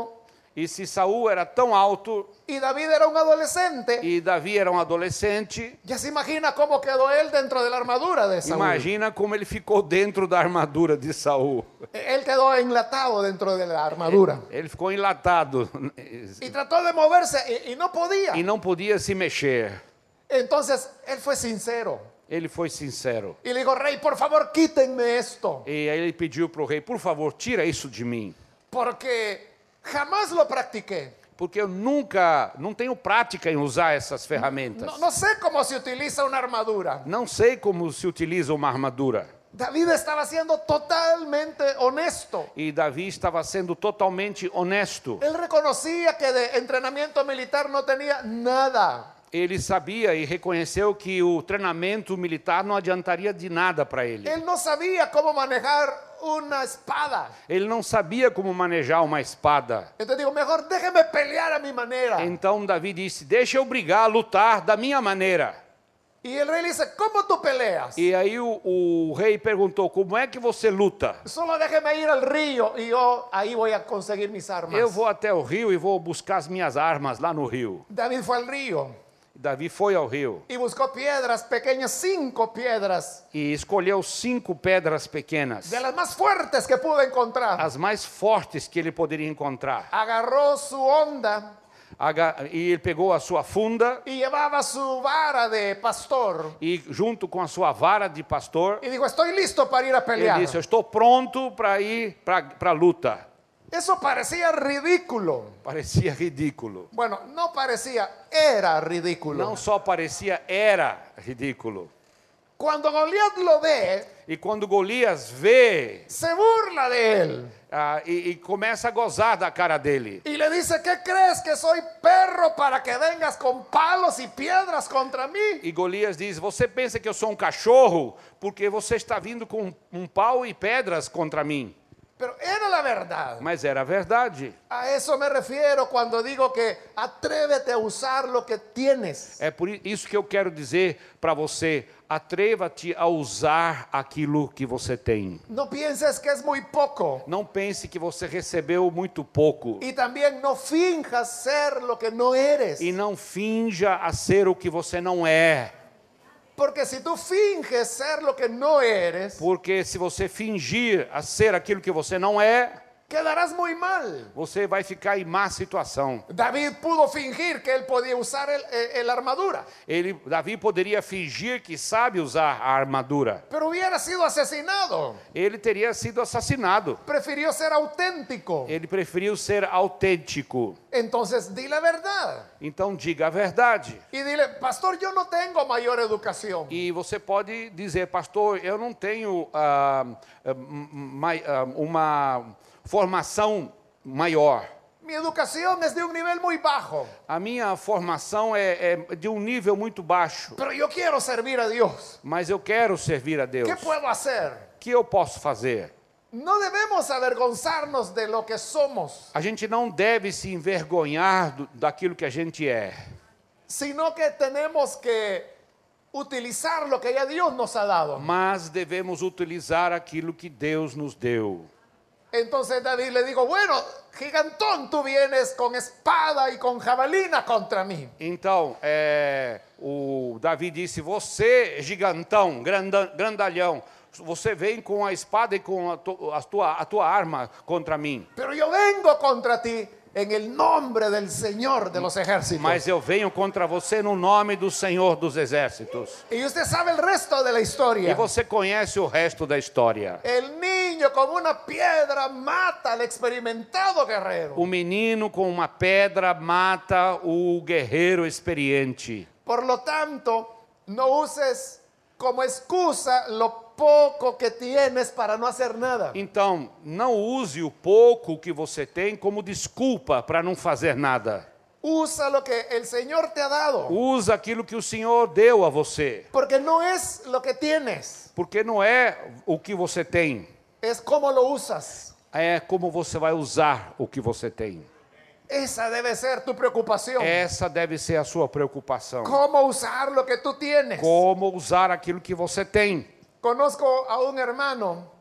E se Saul era tão alto y David era un adolescente, e Davi era um adolescente, ya se imagina cómo quedó él dentro de la armadura de Saúl. imagina como ele ficou dentro da armadura de Saul. Él quedó enlatado dentro de la armadura. Ele ficou enlatado Y trató de moverse y no podía. e não podia se mexer. Entonces él fue sincero Ele foi sincero. y le dijo, rey, por favor, quítenme esto, E aí ele pediu para o rei, por favor, tira isso de mim. porque jamás lo practiqué. Porque eu não tenho prática em usar essas ferramentas. No sé cómo se utiliza una armadura. Não sei como se utiliza uma armadura. David estaba siendo totalmente honesto. E Davi estava sendo totalmente honesto. Él reconocía que de entrenamiento militar no tenía nada. Ele sabia e reconheceu que o treinamento militar não adiantaria de nada para ele. Él no sabía cómo manejar una espada. Ele não sabia como manejar uma espada. Entonces digo, mejor déjeme pelear a mi manera. Então Davi disse, deixa eu brigar, lutar da minha maneira. Y el rey le dice, ¿cómo tú peleas? E aí o rei perguntou, como é que você luta? Solo déjeme ir al río y yo ahí voy a conseguir mis armas. Eu vou até o rio e vou buscar as minhas armas lá no rio. David fue al río Davi foi ao rio y buscó piedras pequeñas, 5 piedras, e escolheu 5 pedras pequenas, de las más fuertes que pudo encontrar. as mais fortes que ele poderia encontrar. Agarró su onda E ele pegou a sua funda y llevaba su vara de pastor. e junto com a sua vara de pastor, Y dijo, estoy listo para ir a ele pelear. disse, eu estou pronto para ir para a luta. Eso parecía ridículo. Parecia ridículo. Bueno, no parecía, era ridículo. Não só parecia, era ridículo. Cuando Goliat lo ve, E quando Golias vê se burla de él e começa a gozar da cara dele. y le dice, ¿qué crees que soy perro para que vengas con palos y piedras contra mí? E Golias diz, você pensa que eu sou um cachorro porque você está vindo com um pau e pedras contra mim. Pero era la verdad. Mas era a verdade. A eso me refiero cuando digo que atrévete a usar lo que tienes. É por isso que eu quero dizer para você, atreva-te a usar aquilo que você tem. No pienses que es muy poco. Não pense que você recebeu muito pouco. Y también no finjas ser lo que no eres. E não finja a ser o que você não é. Porque si tú finges ser lo que no eres, Porque se você fingir a ser aquilo que você não é, quedarás muy mal. você vai ficar em má situação. David pudo fingir que él podía usar la armadura, Davi poderia fingir que sabe usar a armadura. pero hubiera sido asesinado. Ele teria sido assassinado. Prefirió ser auténtico. Ele preferiu ser autêntico. Entonces di la verdad. Então diga a verdade. Y dile, pastor, yo no tengo mayor educación. E você pode dizer, pastor, eu não tenho uma formação maior. Mi educación es de un nivel muy bajo, A minha formação é de um nível muito baixo. pero yo quiero servir a Dios. Mas eu quero servir a Deus. ¿Qué puedo hacer? O que eu posso fazer? No debemos avergonzarnos de lo que somos, A gente não deve se envergonhar daquilo que a gente é. sino que tenemos que utilizar lo que ya Dios nos ha dado. Mas devemos utilizar aquilo que Deus nos deu. Entonces David le dijo, bueno, gigantón, tú vienes con espada y con jabalina contra mí. Então, o Davi disse, você, gigantão, grandalhão, você vem com a espada e com a tua arma contra mim. Pero yo vengo contra ti en el nombre del Señor de los ejércitos. Mas eu venho contra você no nome do Senhor dos Exércitos. Y usted sabe el resto de la E historia. você conhece o resto da história. El niño con una piedra mata al experimentado guerrero. O menino com uma pedra mata o guerreiro experiente. Por lo tanto, no uses como excusa lo poco que tienes para no hacer nada. Então, não use o pouco que você tem como desculpa para não fazer nada. Usa lo que el Señor te ha dado. Usa aquilo que o Senhor deu a você. Porque no es lo que tienes, Porque não é o que você tem, es cómo lo usas. é como você vai usar o que você tem. Esa debe ser tu preocupación. Essa deve ser a sua preocupação. Cómo usar lo que tú tienes. Como usar aquilo que você tem. Conozco a un hermano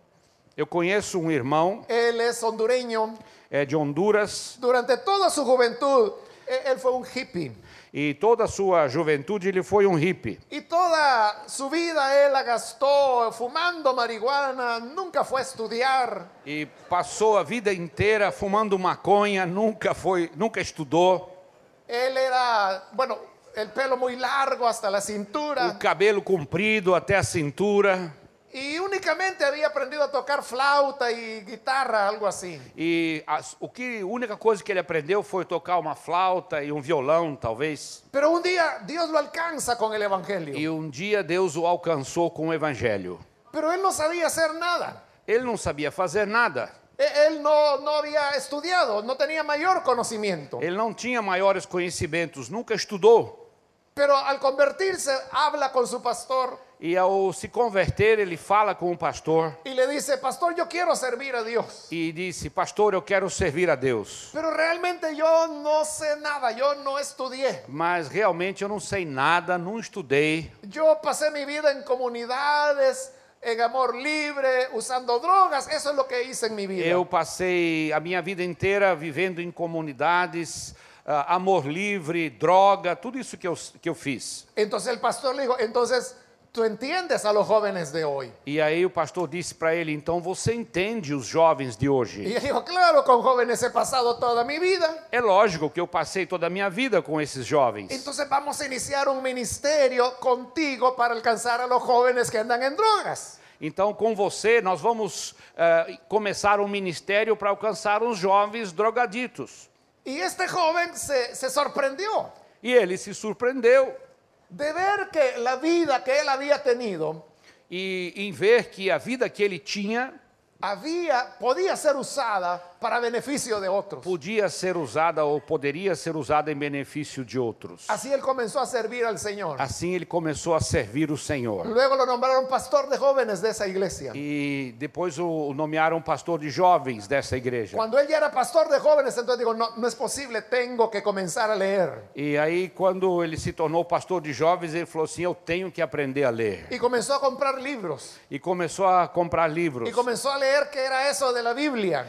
Eu conheço um irmão, Él es hondureño. é de Honduras, Durante toda su juventud, él fue un hippie. e toda a sua juventude ele foi um hippie. Y toda su vida él la gastó fumando marihuana, nunca fue a estudiar. E passou a vida inteira fumando maconha, nunca estudou. Él era, bueno, el pelo muy largo hasta la O cintura. cabelo comprido até a cintura. Y únicamente había aprendido a tocar flauta y guitarra, algo así. E a única coisa que ele aprendeu foi tocar uma flauta e um violão, talvez. Pero un día Dios lo alcanza con el evangelio. E um dia Deus o alcançou com o evangelho. Pero él no sabía hacer nada. Ele não sabia fazer nada. Él no había estudiado, no tenía mayor conocimiento. Ele não tinha maiores conhecimentos, nunca estudou. Pero al convertirse, habla con su pastor E ao se converter, ele fala com o pastor y le dice, pastor, yo quiero servir a Dios. e disse: pastor, eu quero servir a Deus. Pero realmente yo no sé nada, yo no estudié. Mas realmente eu não sei nada, não estudei. Yo pasé mi vida en comunidades, en amor libre, usando drogas. Eso es lo que hice en mi vida. Eu passei a minha vida inteira vivendo em comunidades, amor livre, droga, tudo isso que eu fiz. Entonces el pastor le dijo, entonces tú entiendes a los jóvenes de hoy. E aí o pastor disse para ele: então você entende os jovens de Y hoje? él dijo, claro, con jóvenes he pasado toda mi vida. É lógico que eu passei toda a minha vida com esses jovens. Entonces vamos a iniciar un ministerio contigo para alcanzar a los jóvenes que andan en drogas. Então, com você, nós vamos começar um ministério para alcançar os jovens drogaditos. Y este joven se sorprendió E ele se surpreendeu de ver que la vida que él había tenido e em ver que a vida que ele tinha podía ser usada para beneficio de otros. podia ser usada ou poderia ser usada em benefício de outros. Así él comenzó a servir al Señor. Assim ele começou a servir o Senhor. Luego lo nombraron pastor de jóvenes de esa iglesia. E depois o nomearam pastor de jovens dessa igreja. Cuando él ya era pastor de jóvenes, entonces digo, no es posible, tengo que comenzar a leer. E aí, quando ele se tornou pastor de jovens, ele falou assim: eu tenho que aprender a ler. Y comenzó a comprar libros. E começou a comprar livros. Y comenzó a leer qué era eso de la Biblia.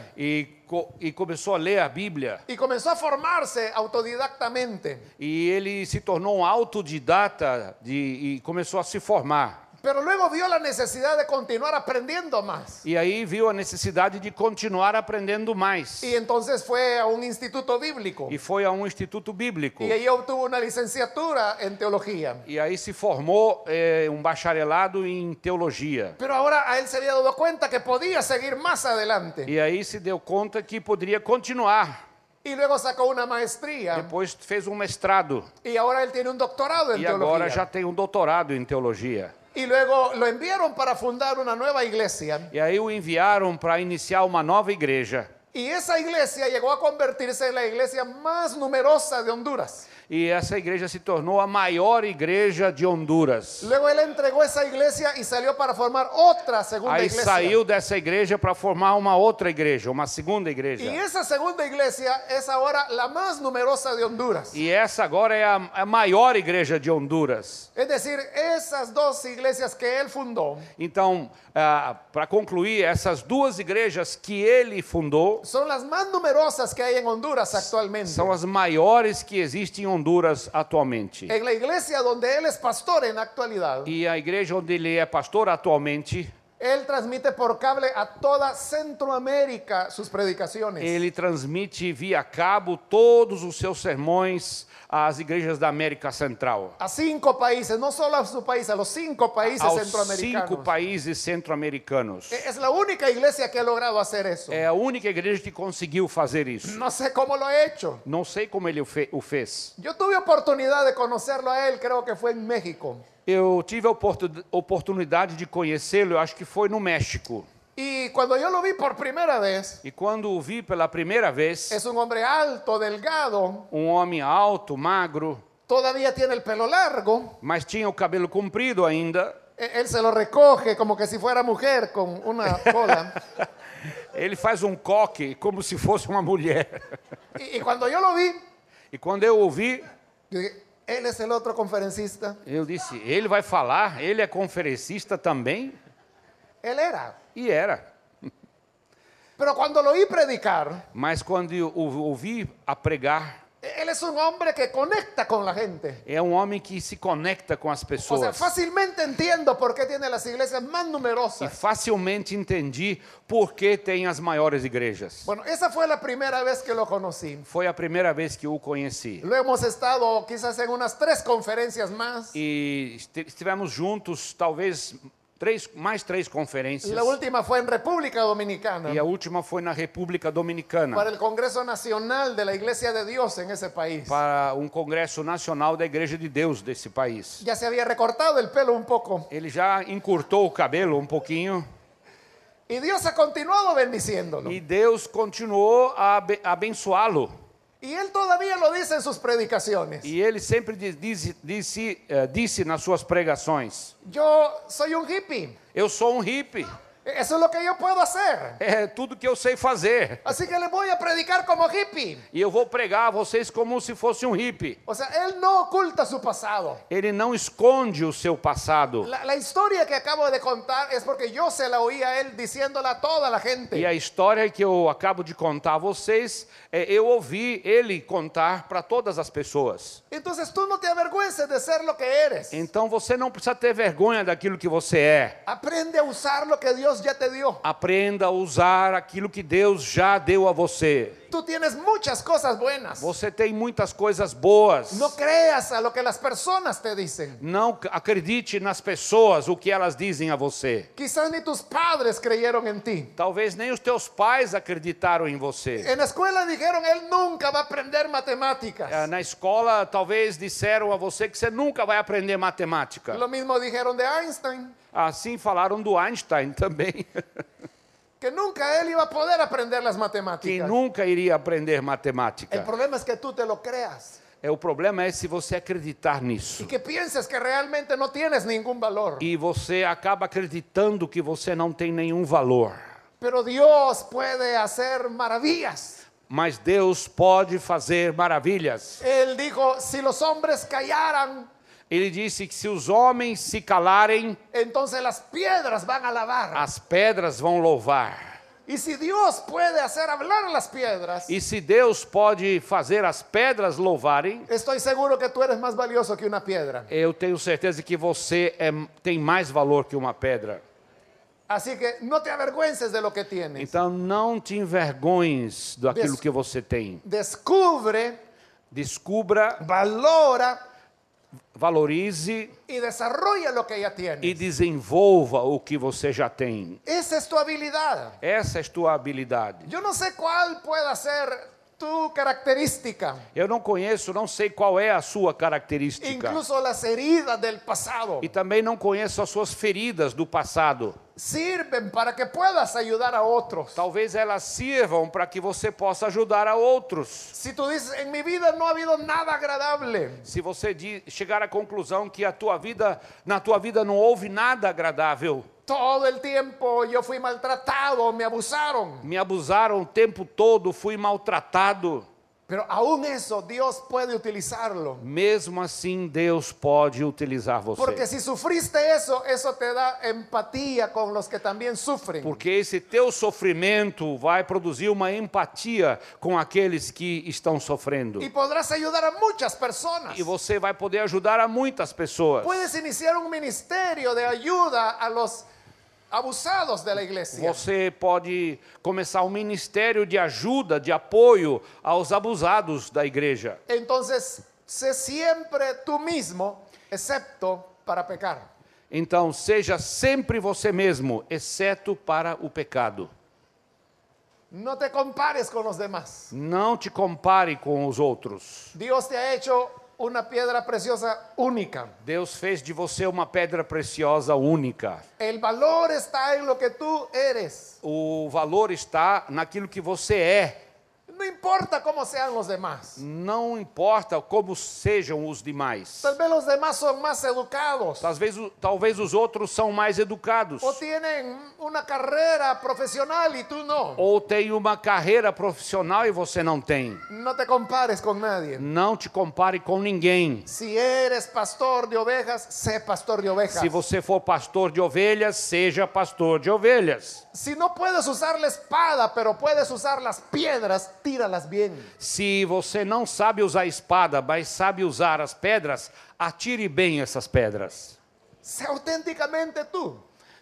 E começou a ler a Bíblia. Y comenzó a formarse autodidactamente. E ele se tornou um autodidata e começou a se formar. Pero luego vio la necesidad de continuar aprendiendo más. E aí viu a necessidade de continuar aprendendo mais. Y entonces fue a un instituto bíblico. E foi a um instituto bíblico. Y ahí obtuvo una licenciatura en teología. E aí se formou um bacharelado em teologia. Pero ahora a él se había dado cuenta que podía seguir más adelante. E aí se deu conta que poderia continuar. Y luego sacó una maestría. Depois fez um mestrado. Y ahora él tiene un doctorado en E teología. agora já tem um doutorado em teologia. Y luego lo enviaron para fundar una nueva iglesia. E aí o enviaram para iniciar uma nova igreja. Y esa iglesia llegó a convertirse en la iglesia más numerosa de Honduras. E essa igreja se tornou a maior igreja de Honduras. Luego él entregó esa iglesia y salió para formar otra segunda Aí iglesia. saiu dessa igreja para formar uma outra igreja, uma segunda igreja. Y esa segunda iglesia es ahora la más numerosa de Honduras. E essa agora é a maior igreja de Honduras. Es decir, esas dos iglesias que él fundó Então, para concluir, essas duas igrejas que ele fundou son las más numerosas que hay en Honduras actualmente. são as maiores que existem em Honduras atualmente. En la iglesia donde él es pastor en la actualidad, E a igreja onde ele é pastor atualmente, él transmite por cable a toda Centroamérica sus predicaciones. ele transmite via cabo todos os seus sermões às igrejas da América Central. A 5 países, no solo a su país, a los 5 países Aos centroamericanos. 5 países centro-americanos. Es la única iglesia que ha logrado hacer eso. É a única igreja que conseguiu fazer isso. No sé cómo lo ha hecho. Não sei como ele o fez. Yo tuve oportunidad de conocerlo a él, creo que fue en México. Eu tive a oportunidade de conhecê-lo, eu acho que foi no México. Y cuando yo lo vi por primera vez, E quando o vi pela primeira vez, es un hombre alto, delgado, um homem alto, magro, todavía tiene el pelo largo. mas tinha o cabelo comprido ainda. Él se lo recoge como que si fuera mujer con una cola. Ele faz um coque como se fosse uma mulher. Y cuando yo lo vi, E quando eu ouvi, yo dije, él es el otro conferencista. eu disse: ele vai falar? Ele é conferencista também? Él era. E era. Pero cuando lo oí predicar, Mas quando eu ouvi a pregar, él es un hombre que conecta con la gente. é um homem que se conecta com as O sea, pessoas. fácilmente entiendo por qué tiene las iglesias más E numerosas. facilmente entendi por que tem as maiores igrejas. Bueno, esa fue la primera vez que lo conocí. Foi a primeira vez que o conheci. Lo hemos estado quizás en unas 3 conferencias más. E estivemos juntos, talvez mais três conferências. La última fue en República Dominicana, E a última foi na República Dominicana, para el Congreso Nacional de la Iglesia de Dios en ese país. para um congresso nacional da Igreja de Deus desse país. Ya se había recortado el pelo un poco. Ele já encurtou o cabelo um pouquinho Y Dios ha continuado bendiciéndolo. e Deus continuou a abençoá-lo. Y él todavía lo dice en sus predicaciones. E ele sempre disse nas suas pregações: Yo soy un hippie. eu sou um hippie, Eso es lo que yo puedo hacer. é tudo que eu sei fazer. Así que les voy a predicar como hippie. E eu vou pregar a vocês como se fosse um hippie. O sea, él no oculta su pasado. Ele não esconde o seu passado. La historia que acabo de contar es porque yo se la oí a él diciéndola a toda la gente. E a história que eu acabo de contar a vocês, eu ouvi ele contar para todas as pessoas. Entonces tú no te avergüences de ser lo que eres. Então você não precisa ter vergonha daquilo que você é. Aprende a usar lo que Dios ya te dio. Aprenda a usar aquilo que Deus já deu a você. Tú tienes muchas cosas buenas. Você tem muitas coisas boas. No creas a lo que las personas te dicen. Não acredite nas pessoas, o que elas dizem a você. Quizás ni tus padres creyeron en ti. Talvez nem os teus pais acreditaram em você. En la escuela dijeron, él nunca va a aprender matemáticas. Na escola, talvez disseram a você que você nunca vai aprender matemática. Lo mismo dijeron de Einstein, Assim falaram do Einstein também, que nunca él iba a poder aprender las que matemáticas. nunca iria aprender El matemática. problema es que tú te lo creas O problema é se você acreditar nisso. y que pienses que realmente no tienes ningún valor. E você acaba acreditando que você não tem nenhum valor. Pero Dios puede hacer maravillas. Mas Deus pode fazer maravilhas. Él dijo, si los hombres callaran, Ele disse que se os homens se calarem, entonces las piedras van a alabar. as pedras vão louvar. Y si Dios puede hacer hablar a las piedras, E se Deus pode fazer as pedras louvarem, estoy seguro que tú eres más valioso que una piedra. eu tenho certeza que você tem mais valor que uma pedra. Así que no te avergüences de lo que tienes. Então não te envergonhes daquilo que você tem. Descubre, Descubra, valora valorize y desarrolla lo que ya e tienes. desenvolva o que você já tem. Esa es tu habilidad. Essa é a tua habilidade. Yo no sé cuál pueda ser tu característica, Eu não conheço, não sei qual é a sua característica. incluso las heridas del pasado E também não conheço as suas feridas do passado. sirven para que puedas ayudar a otros. Talvez elas sirvam para que você possa ajudar a outros. Si tú dices, en mi vida no ha habido nada agradable, Se você chegar à conclusão que na tua vida não houve nada agradável, todo el tiempo yo fui maltratado, me abusaron, me abusaram o tempo todo, fui maltratado. pero aún eso Dios puede utilizarlo. Mesmo assim, Deus pode utilizar você. Porque si sufriste eso, eso te da empatía con los que también sufren. Porque esse teu sofrimento vai produzir uma empatia com aqueles que estão sofrendo. Y podrás ayudar a muchas personas. E você vai poder ajudar a muitas pessoas. Puedes iniciar un ministerio de ayuda a los abusados de la iglesia. Você pode começar um ministério de ajuda, de apoio aos abusados da igreja. Entonces, sé siempre tú mismo, excepto para pecar. Então, seja sempre você mesmo, exceto para o pecado. No te compares con los demás. Não te compare com os outros. Dios te ha hecho una piedra preciosa única. Deus fez de você uma pedra preciosa única. El valor está en lo que tú eres. O valor está naquilo que você é. No No importa cómo sean los demás. Não importa como sejam os demais. Tal vez los demás son más educados. Talvez os outros são mais educados. O tienen una carrera profesional y tú no. Ou tem uma carreira profissional e você não tem. No te compares con nadie. Não te compare com ninguém. Si eres pastor de ovejas, sé pastor de ovejas. Se você for pastor de ovelhas, seja pastor de ovelhas. Si no puedes usar la espada, pero puedes usar las piedras, tíralas bien. Se você não sabe usar a espada, mas sabe usar as pedras, atire bem essas pedras. Sé auténticamente tú.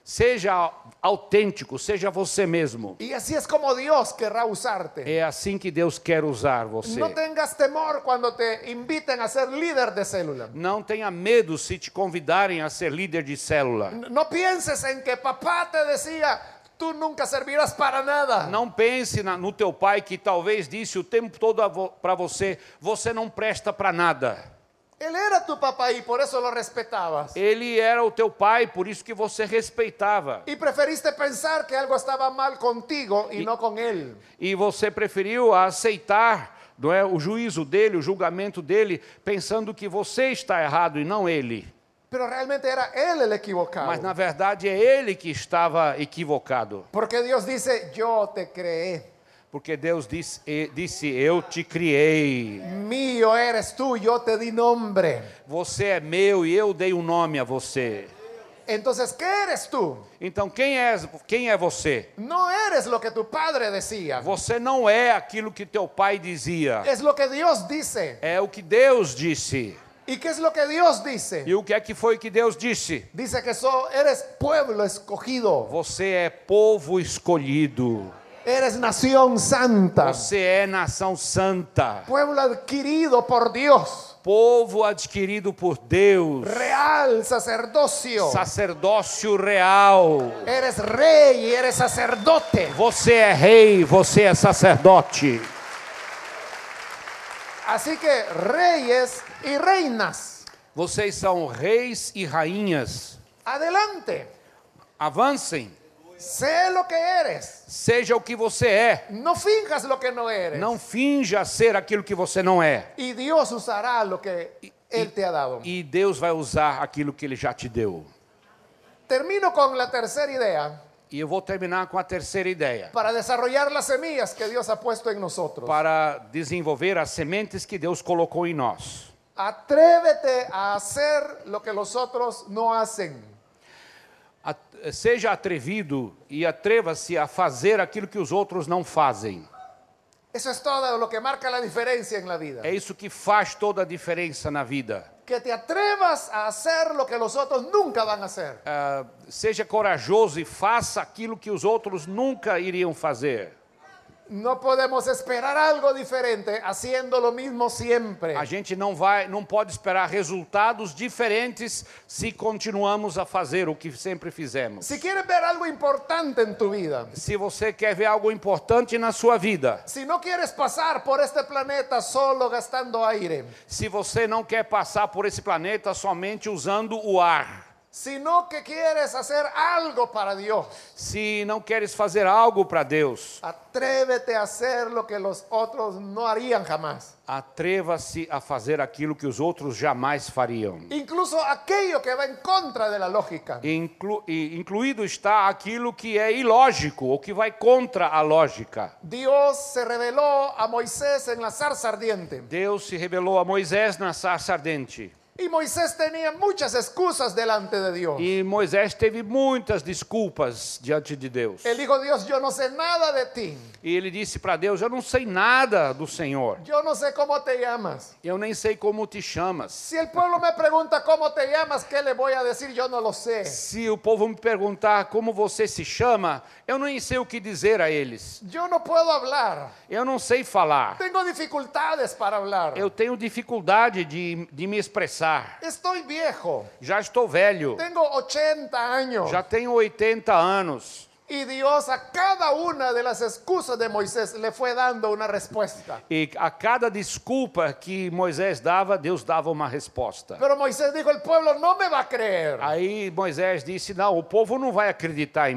Seja autêntico, seja você mesmo. Y así es como Dios querrá usarte. É assim que Deus quer usar você. No tengas temor cuando te inviten a ser líder de célula. Não tenha medo se te convidarem a ser líder de célula. No pienses en que papá te decía, tú nunca servirás para nada. Não pense no teu pai que talvez disse o tempo todo para você, você não presta para nada. Él era tu papá y por eso lo respetabas. Ele era o teu pai, por isso que você respeitava. Y preferiste pensar que algo estaba mal contigo y no con él. E você preferiu aceitar, não é, o juízo dele, o julgamento dele, pensando que você está errado e não ele. Pero realmente era él el equivocado. Mas na verdade é ele que estava equivocado. Porque Dios dice, yo te creé. Porque Deus disse, eu te criei. Mío eres tú, yo te di nombre. Você é meu e eu dei um nome a você. Entonces, ¿qué eres tú? Então quem é você? No eres lo que tu padre decía. Você não é aquilo que teu pai dizia. Es lo que Dios dice. É o que Deus disse. ¿Y qué es lo que Dios dice? E o que é que foi que Deus disse? Dice que eres pueblo escogido. Você é povo escolhido. Eres nación santa. Você é nação santa. Pueblo adquirido por Dios. Povo adquirido por Deus. Real sacerdocio. Sacerdócio real. Eres rey y eres sacerdote. Você é rei, você é sacerdote. Así que reyes y reinas. Vocês são reis e rainhas. Adelante. Avancem. Sé lo que eres. Seja o que você é. No finjas lo que no eres. Não finja ser aquilo que você não é. Y Dios usará lo que Él te ha dado. E Deus vai usar aquilo que Ele já te deu. Termino con la tercera idea. E eu vou terminar com a terceira ideia. Para desarrollar las semillas que Dios ha puesto en nosotros. Para desenvolver as sementes que Deus colocou em nós. Atrévete a hacer lo que los otros no hacen. Seja atrevido e atreva-se a fazer aquilo que os outros não fazem. Eso es todo lo que marca la diferencia en la vida. É isso que faz toda a diferença na vida. Que te atrevas a hacer lo que los otros nunca van a hacer. Seja corajoso e faça aquilo que os outros nunca iriam fazer. No podemos esperar algo diferente haciendo lo mismo siempre. A gente não pode esperar resultados diferentes se continuamos a fazer o que sempre fizemos. Si quieres ver algo importante en tu vida, Se você quer ver algo importante na sua vida, si no quieres pasar por este planeta solo gastando aire, se você não quer passar por esse planeta somente usando o ar, sino que quieres hacer algo para Dios, se não queres fazer algo para Deus, atrévete a hacer lo que los otros no harían jamás. atreva-se a fazer aquilo que os outros jamais fariam. Incluso aquello que va en contra de la lógica. Incluído está aquilo que é ilógico ou que vai contra a lógica. Dios se reveló a Moisés en la zarza ardiente. Deus se revelou a Moisés na sarça ardente. Y Moisés tenía muchas excusas delante de Dios. E Moisés teve muitas desculpas diante de Deus. Él dijo, Dios, yo no sé nada de ti. E ele disse para Deus, eu não sei nada do Senhor. Yo no sé cómo te llamas. Eu nem sei como te chamas. Si el pueblo me pregunta cómo te llamas, ¿qué le voy a decir? Yo no lo sé. Se o povo me perguntar como você se chama, eu nem sei o que dizer a eles. Yo no puedo hablar. Eu não sei falar. Tengo dificultades para hablar. Eu tenho dificuldade de me expressar. Estoy viejo. Já estou velho. Tengo 80 años. Já tenho 80 anos. Y Dios a cada una de las excusas de Moisés le fue dando una respuesta. E a cada desculpa que Moisés dava, Deus dava uma resposta. Pero Moisés dijo, el pueblo no me va a creer. Aí Moisés disse, não, o povo não vai acreditar em mim.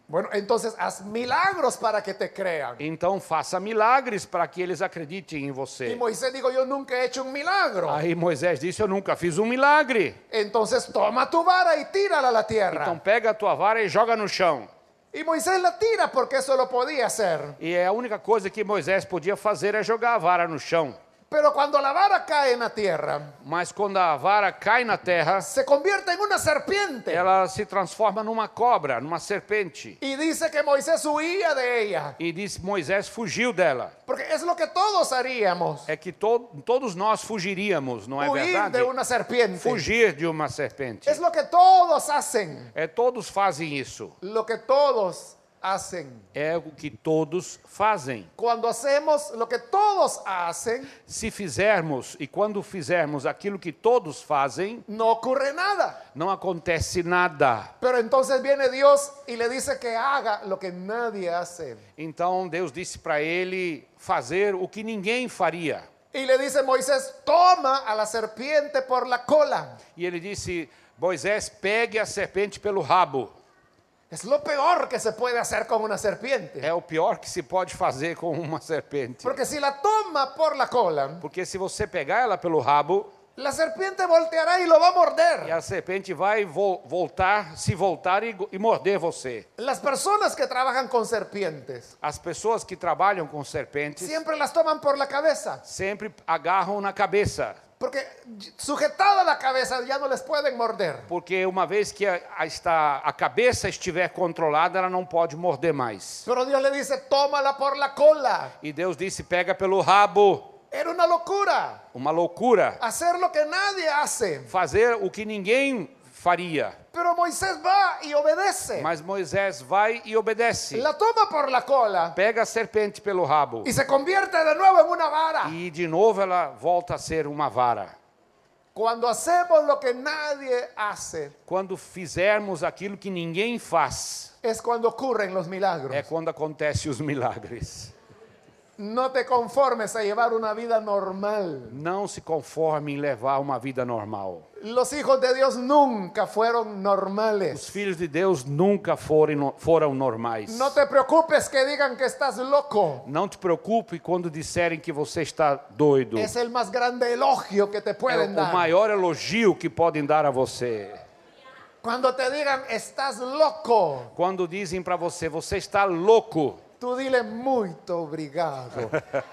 Bueno, entonces haz milagros para que te crean. Então faça milagres para que eles acreditem em Y você. Moisés dijo, yo nunca he hecho un milagro. Aí Moisés disse, eu nunca fiz um milagre. Entonces toma tu vara y tírala a la tierra. Então pega a tua vara e joga no chão. Y Moisés la tira porque eso lo podía hacer. E a única coisa que Moisés podia fazer é jogar a vara no chão. Pero cuando la vara cae en la tierra, Mas quando a vara cai na terra, se convierte en una serpiente. ela se transforma numa cobra, numa serpente. Y dice que Moisés huía de ella. E diz Moisés fugiu dela. Porque es lo que todos haríamos. É que todos nós fugiríamos, não é Huir verdade? de una serpiente. Fugir de uma serpente. Es lo que todos hacen. Todos fazem isso. Lo que todos hacen. É o que todos fazem. Cuando hacemos lo que todos hacen, Se fizermos e quando fizermos aquilo que todos fazem, no ocurre nada. não acontece nada. Pero entonces viene Dios y le dice que haga lo que nadie hace. Então Deus disse para ele fazer o que ninguém faria. Y le dice Moisés, toma a la serpiente por la cola. E ele disse, Moisés, pegue a serpente pelo rabo. Es lo peor que se puede hacer con una serpiente. É o pior que se pode fazer com uma serpente. Porque si la toma por la cola, Porque se você pegar ela pelo rabo, la serpiente volteará y lo va a e morder. a serpente vai voltar e morder você. Las personas que trabajan con serpientes As pessoas que trabalham com serpentes siempre las toman por la cabeza. sempre agarram na cabeça. Porque sujetada la cabeza ya no les pueden morder. Porque uma vez que a cabeça estiver controlada, ela não pode morder mais. Pero Dios le dice, tómala por la cola. E Deus disse, pega pelo rabo. Era una locura. Uma loucura. Hacer lo que nadie hace. Fazer o que ninguém faria. Pero Moisés va y obedece. Mas Moisés vai e obedece. La toma por la cola Pega a serpente pelo rabo. y se convierte de nuevo en una vara. E de novo ela volta a ser uma vara. Cuando hacemos lo que nadie hace, Quando fizermos aquilo que ninguém faz, es cuando ocurren los milagros. é quando acontecem os milagres. No te conformes a llevar una vida normal. Não se conforme em levar uma vida normal. Los hijos de Dios nunca fueron Os normales. filhos de Deus nunca foram normais. No te preocupes que digan que estás loco. Não te preocupe quando disserem que você está doido. Es el más grande elogio que te É pueden o dar. maior elogio que podem dar a você. Cuando te digan estás loco, Quando dizem para você, você está louco. tú dile muito obrigado.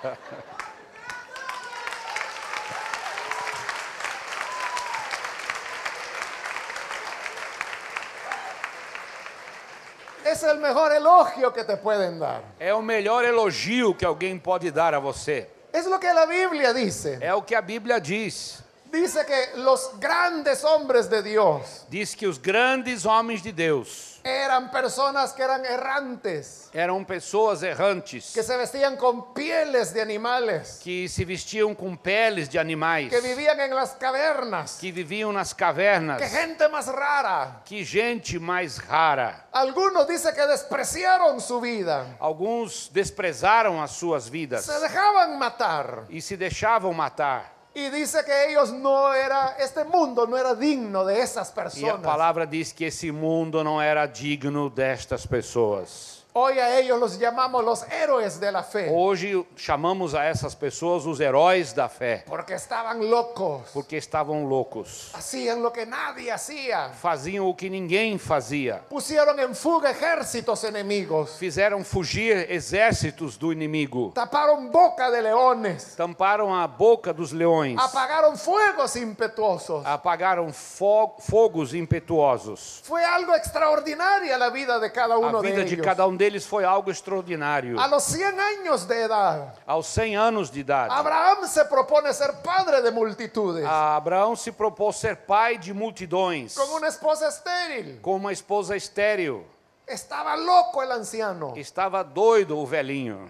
Es el mejor elogio que te pueden dar. É o melhor elogio que alguém pode dar a você. Es lo que la Biblia dice. É o que a Bíblia diz. Dice que los grandes hombres de Dios Diz que os grandes homens de Deus eran personas que eran errantes, eram pessoas errantes, que se vestían con pieles de animales, que se vestiam com peles de animais, que vivían en las cavernas. que viviam nas cavernas. Que gente más rara. Que gente mais rara. Algunos dicen que despreciaron su vida, Alguns desprezaram as suas vidas se dejaban matar. e se deixavam matar. Y dice que ellos no era, este mundo no era digno de esas E a personas. palavra diz que esse mundo não era digno destas pessoas. Hoy a ellos los llamamos los héroes de la fe, Hoje chamamos a essas pessoas os heróis da fé, porque estaban locos, porque estavam loucos. hacían lo que nadie hacía, Faziam o que ninguém fazia. pusieron en fuga ejércitos enemigos, Fizeram fugir exércitos do inimigo. taparon boca de leones, Tamparam a boca dos leões. apagaron fuegos impetuosos. Apagaram fogos impetuosos. Fue algo extraordinario la vida de cada A uno de vida de ellos. cada deles foi algo extraordinário. A los 100 años de edad, Aos 100 anos de idade, Abraham se propone ser padre de multitudes Abraão se propôs ser pai de multidões, con una esposa estéril. com uma esposa estéril. Estaba loco el anciano, Estava doido o velhinho.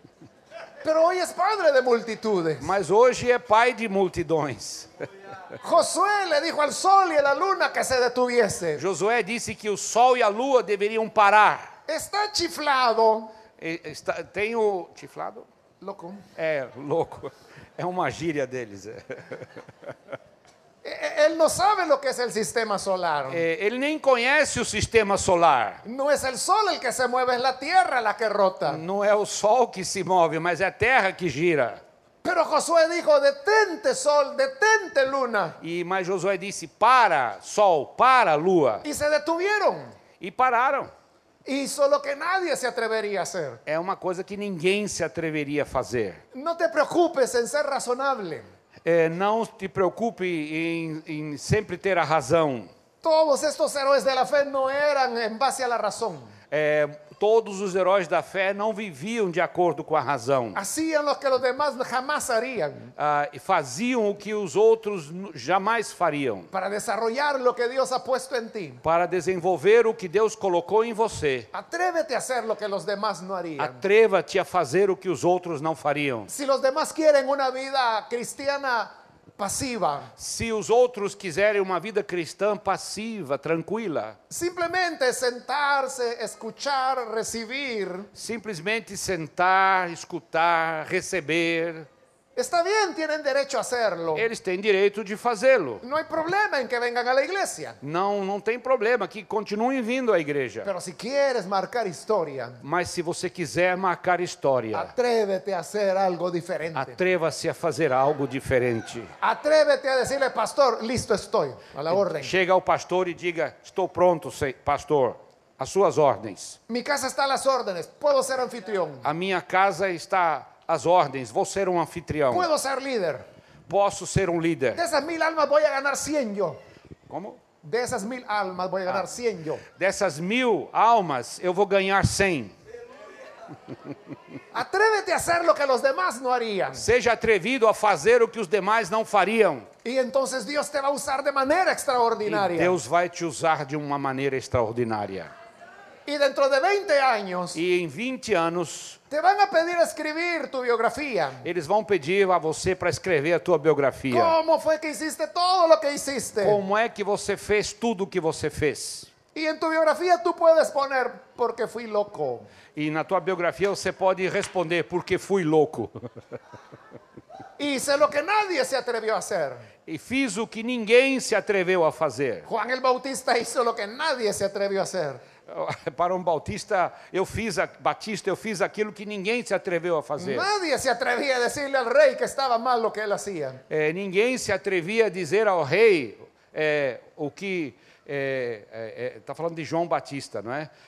pero hoy es padre de multitudes. Mas hoje é pai de multidões. Josué le dijo al sol y a la luna que se detuviese. Josué disse que o sol e a lua deveriam parar. Está chiflado. Tem o chiflado? Loco. É, louco. É uma gíria deles. Él no sabe lo que es el sistema solar. Ele nem conhece o sistema solar. No es el sol el que se mueve, es la tierra la que rota. Não é o sol que se move, mas é a terra que gira. Pero Josué dijo, detente sol, detente luna. Mas Josué disse, para sol, para lua. Y se detuvieron. E pararam. Hizo lo que nadie se atrevería a hacer. É uma coisa que ninguém se atreveria a fazer. No te preocupes en ser razonable. Não te preocupe em sempre ter a razão. Todos estos héroes de la fe no eran en base a la razón. Todos os heróis da fé não viviam de acordo com a razão. Hacían lo que los demás jamás harían. E faziam o que os outros jamais fariam. Para desarrollar lo que Dios ha puesto en ti. Para desenvolver o que Deus colocou em você. Atrévete a hacer lo que los demás no harían. Atreva-te a fazer o que os outros não fariam. Si los demás quieren una vida cristiana pasiva. Se os outros quiserem uma vida cristã passiva, tranquila. Simplemente sentarse, escuchar, recibir. Simplesmente sentar, escutar, receber. Está bien, tienen derecho a hacerlo. Eles têm direito de fazê-lo. No hay problema en que vengan a la iglesia. Não tem problema, que continuem vindo à igreja. Pero si quieres marcar historia, mas se você quiser marcar história, atrévete a hacer algo diferente. Atreva-se a fazer algo diferente. Atrévete a decirle, pastor, listo estoy, a la orden. Chega ao pastor e diga, estou pronto, pastor, às suas ordens. Mi casa está a las órdenes, puedo ser anfitrión. A minha casa está às ordens, vou ser um anfitrião. Puedo ser líder. Posso ser um líder. De esas 1000 almas voy a ganar 100 yo. Como? De esas 1000 almas voy a ganar 100 yo. Dessas 1000 almas, eu vou ganhar 100. Atrévete a hacer lo que los demás no harían. Seja atrevido a fazer o que os demais não fariam. Y entonces Dios te va a usar de manera extraordinaria. E Deus vai te usar de uma maneira extraordinária. Y dentro de 20 años, E em 20 anos, te van a pedir escribir tu biografía. eles vão pedir a você para escrever a tua biografia. ¿Cómo fue que hiciste todo lo que hiciste? Como é que você fez tudo o que você fez? Y en tu biografía tú puedes poner, porque fui loco. E na tua biografia você pode responder, porque fui louco. Hice lo que nadie se atrevió a hacer. E fiz o que ninguém se atreveu a fazer. Juan el Bautista hizo lo que nadie se atrevió a hacer. Para um bautista, eu fiz aquilo que ninguém se atreveu a fazer. Nadie se atrevía a decirle al rey que estaba mal lo que él hacía. Ninguém se atrevia a dizer ao rei o que... Está falando de João Batista, não é?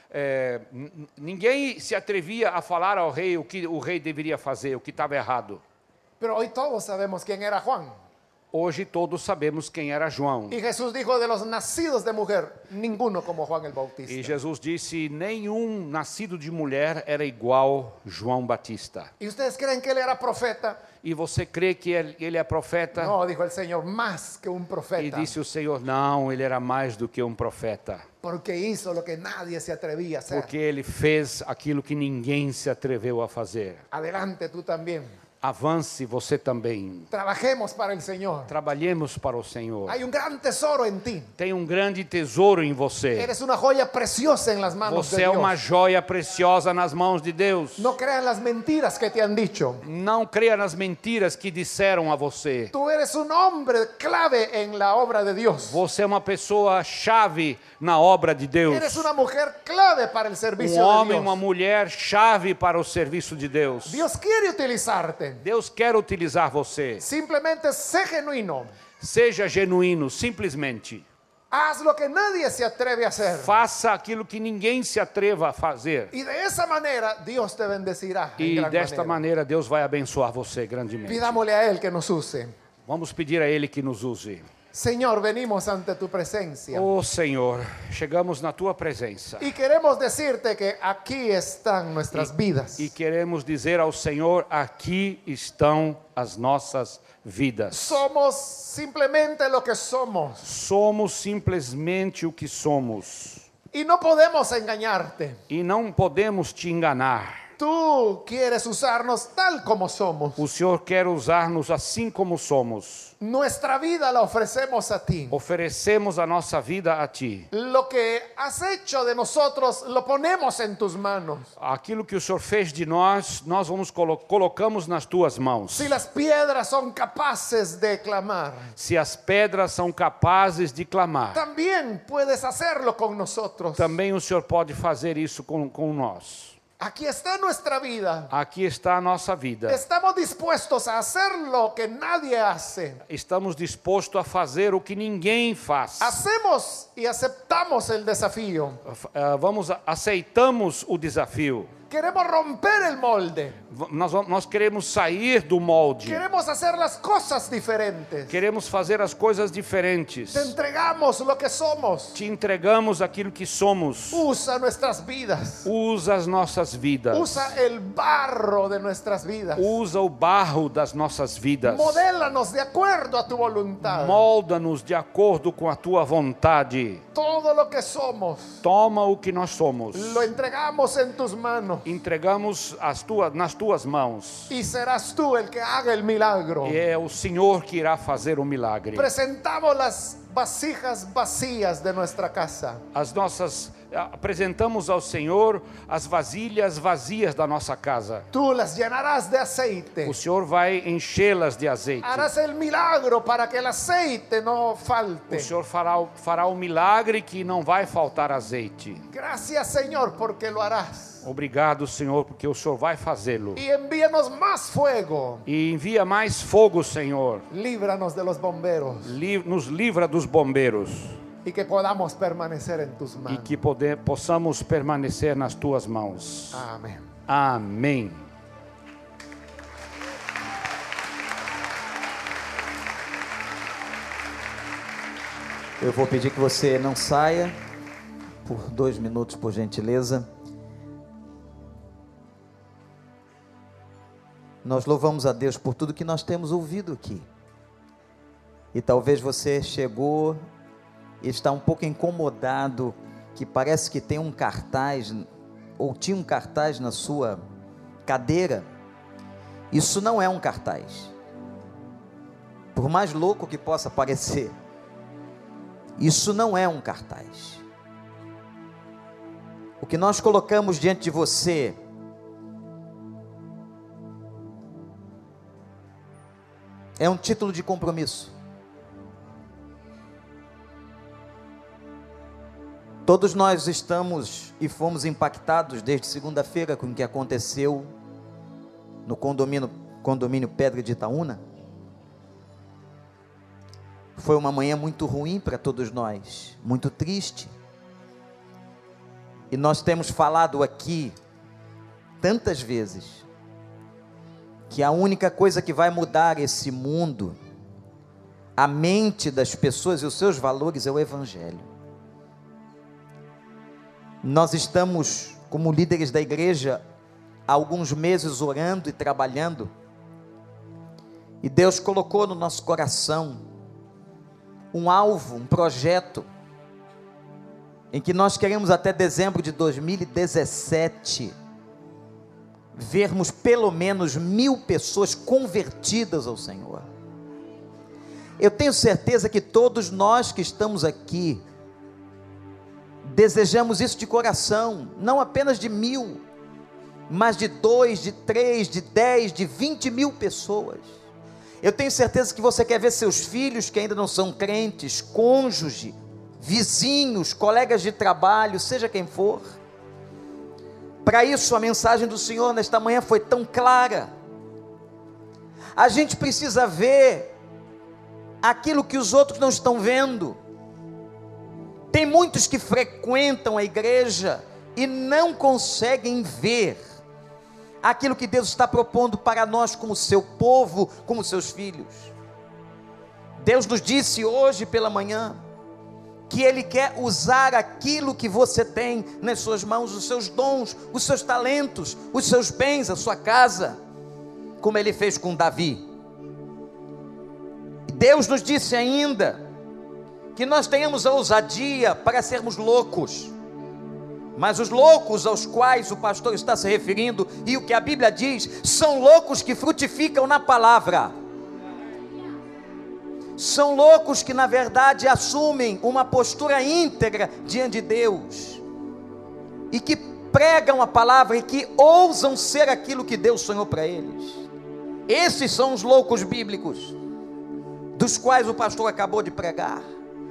Ninguém se atrevia a falar ao rei o que o rei deveria fazer, o que estava errado. Pero hoy todos sabemos quién era Juan. Hoje todos sabemos quem era João. Y Jesús dijo, de los nacidos de mujer, ninguno como Juan el Bautista. E Jesus disse, nenhum nascido de mulher era igual João Batista. ¿Y ustedes creen que él era profeta? E você crê que ele é profeta? No, dijo el Señor, más que un E profeta. disse o Senhor, não, ele era mais do que um profeta. Porque hizo lo que nadie se atrevía a hacer. Porque ele fez aquilo que ninguém se atreveu a fazer. Adelante tú también. Avance você também. Trabajemos para el Señor. Trabalhemos para o Senhor. Hay un gran tesoro en ti. Tem um grande tesouro em você. Eres una joya preciosa en las manos Você de é Dios. uma joia preciosa nas mãos de Deus. No crean las mentiras que te han dicho. Não creia nas mentiras que disseram a você. Tú eres un hombre clave en la obra de Dios. Você é uma pessoa chave na obra de Deus. Eres una mujer clave para el servicio Homem, de Dios. uma mulher chave para o serviço de Deus. Dios quiere utilizarte. Deus quer utilizar você. Simplemente sé genuino. Seja genuíno, simplesmente. Haz lo que nadie se atreve a hacer. Faça aquilo que ninguém se atreva a fazer. Y de esa manera Dios te bendecirá. en E gran desta manera. maneira Deus vai abençoar você grandemente. Pidámosle a Él que nos use. Vamos pedir a Ele que nos use. Señor, venimos ante tu presencia. Oh Senhor, chegamos na Tua presença. Y queremos decirte que aquí están nuestras vidas. E queremos dizer ao Senhor, aqui estão as nossas vidas. Somos simplemente lo que somos. Somos simplesmente o que somos. Y no podemos engañarte. E não podemos te enganar. Tú quieres usarnos tal como somos. O Senhor quer usar-nos assim como somos. Nuestra vida la ofrecemos a ti. Oferecemos a nossa vida a Ti. Lo que has hecho de nosotros lo ponemos en tus manos. Aquilo que o Senhor fez de nós, nós vamos colocamos nas Tuas mãos. Si las piedras son capaces de clamar, Se as pedras são capazes de clamar, también puedes hacerlo con nosotros. também o Senhor pode fazer isso com nós. Aquí está nuestra vida. Aqui está a nossa vida. Estamos dispuestos a hacer lo que nadie hace. Estamos dispostos a fazer o que ninguém faz. Hacemos y aceptamos el desafío. Aceitamos o desafio. Queremos romper el molde. Nós queremos sair do molde. Queremos hacer las cosas diferentes. Queremos fazer as coisas diferentes. Te entregamos lo que somos. Te entregamos aquilo que somos. Usa nuestras vidas. Usa as nossas vidas. Usa el barro de nuestras vidas. Usa o barro das nossas vidas. Modélanos de acuerdo a tu voluntad. Molda-nos de acordo com a tua vontade. Todo lo que somos Toma o que nós somos. lo entregamos en tus manos. Entregamos nas tuas mãos. Y serás tú el que haga el milagro. E é o Senhor que irá fazer o milagre. Presentamos las vasijas vacías de nuestra casa. Apresentamos ao Senhor as vasilhas vazias da nossa casa. Tú las llenarás de aceite. O Senhor vai enchê-las de azeite. Harás el milagro para que el aceite no O falte. Senhor fará o milagre que não vai faltar azeite. Gracias, Señor, porque lo harás. Obrigado, Senhor, porque o Senhor vai fazê-lo. Y envíanos más fuego. E envia mais fogo, Senhor. Líbranos de los bomberos. Nos livra dos bombeiros. Y que podamos permanecer en tus E manos. que possamos permanecer nas tuas mãos. Amén. Amém. Eu vou pedir que você não saia por 2 minutos, por gentileza. Nós louvamos a Deus por tudo que nós temos ouvido aqui. E talvez você chegou e está um pouco incomodado, que parece que tem um cartaz, ou tinha um cartaz na sua cadeira. Isso não é um cartaz. Por mais louco que possa parecer, isso não é um cartaz. O que nós colocamos diante de você é um título de compromisso. Todos nós estamos e fomos impactados desde segunda-feira com o que aconteceu no condomínio Pedra de Itaúna. Foi uma manhã muito ruim para todos nós, muito triste. E nós temos falado aqui tantas vezes que a única coisa que vai mudar esse mundo, a mente das pessoas e os seus valores, é o Evangelho. Nós estamos, como líderes da igreja, há alguns meses orando e trabalhando, e Deus colocou no nosso coração um alvo, um projeto, em que nós queremos até dezembro de 2017, vermos pelo menos 1000 pessoas convertidas ao Senhor. Eu tenho certeza que todos nós que estamos aqui, desejamos isso de coração, não apenas de 1000, mas de 2, de 3, de 10, de 20 mil pessoas. Eu tenho certeza que você quer ver seus filhos que ainda não são crentes, cônjuge, vizinhos, colegas de trabalho, seja quem for. Para isso a mensagem do Senhor nesta manhã foi tão clara. A gente precisa ver aquilo que os outros não estão vendo. Tem muitos que frequentam a igreja e não conseguem ver aquilo que Deus está propondo para nós como seu povo, como seus filhos. Deus nos disse hoje pela manhã que Ele quer usar aquilo que você tem nas suas mãos, os seus dons, os seus talentos, os seus bens, a sua casa, como Ele fez com Davi. Deus nos disse ainda que nós tenhamos a ousadia para sermos loucos, Mas os loucos aos quais o pastor está se referindo, e o que a Bíblia diz, são loucos que frutificam na palavra. São loucos que na verdade assumem uma postura íntegra diante de Deus, e que pregam a palavra e que ousam ser aquilo que Deus sonhou para eles. Esses são os loucos bíblicos, dos quais o pastor acabou de pregar.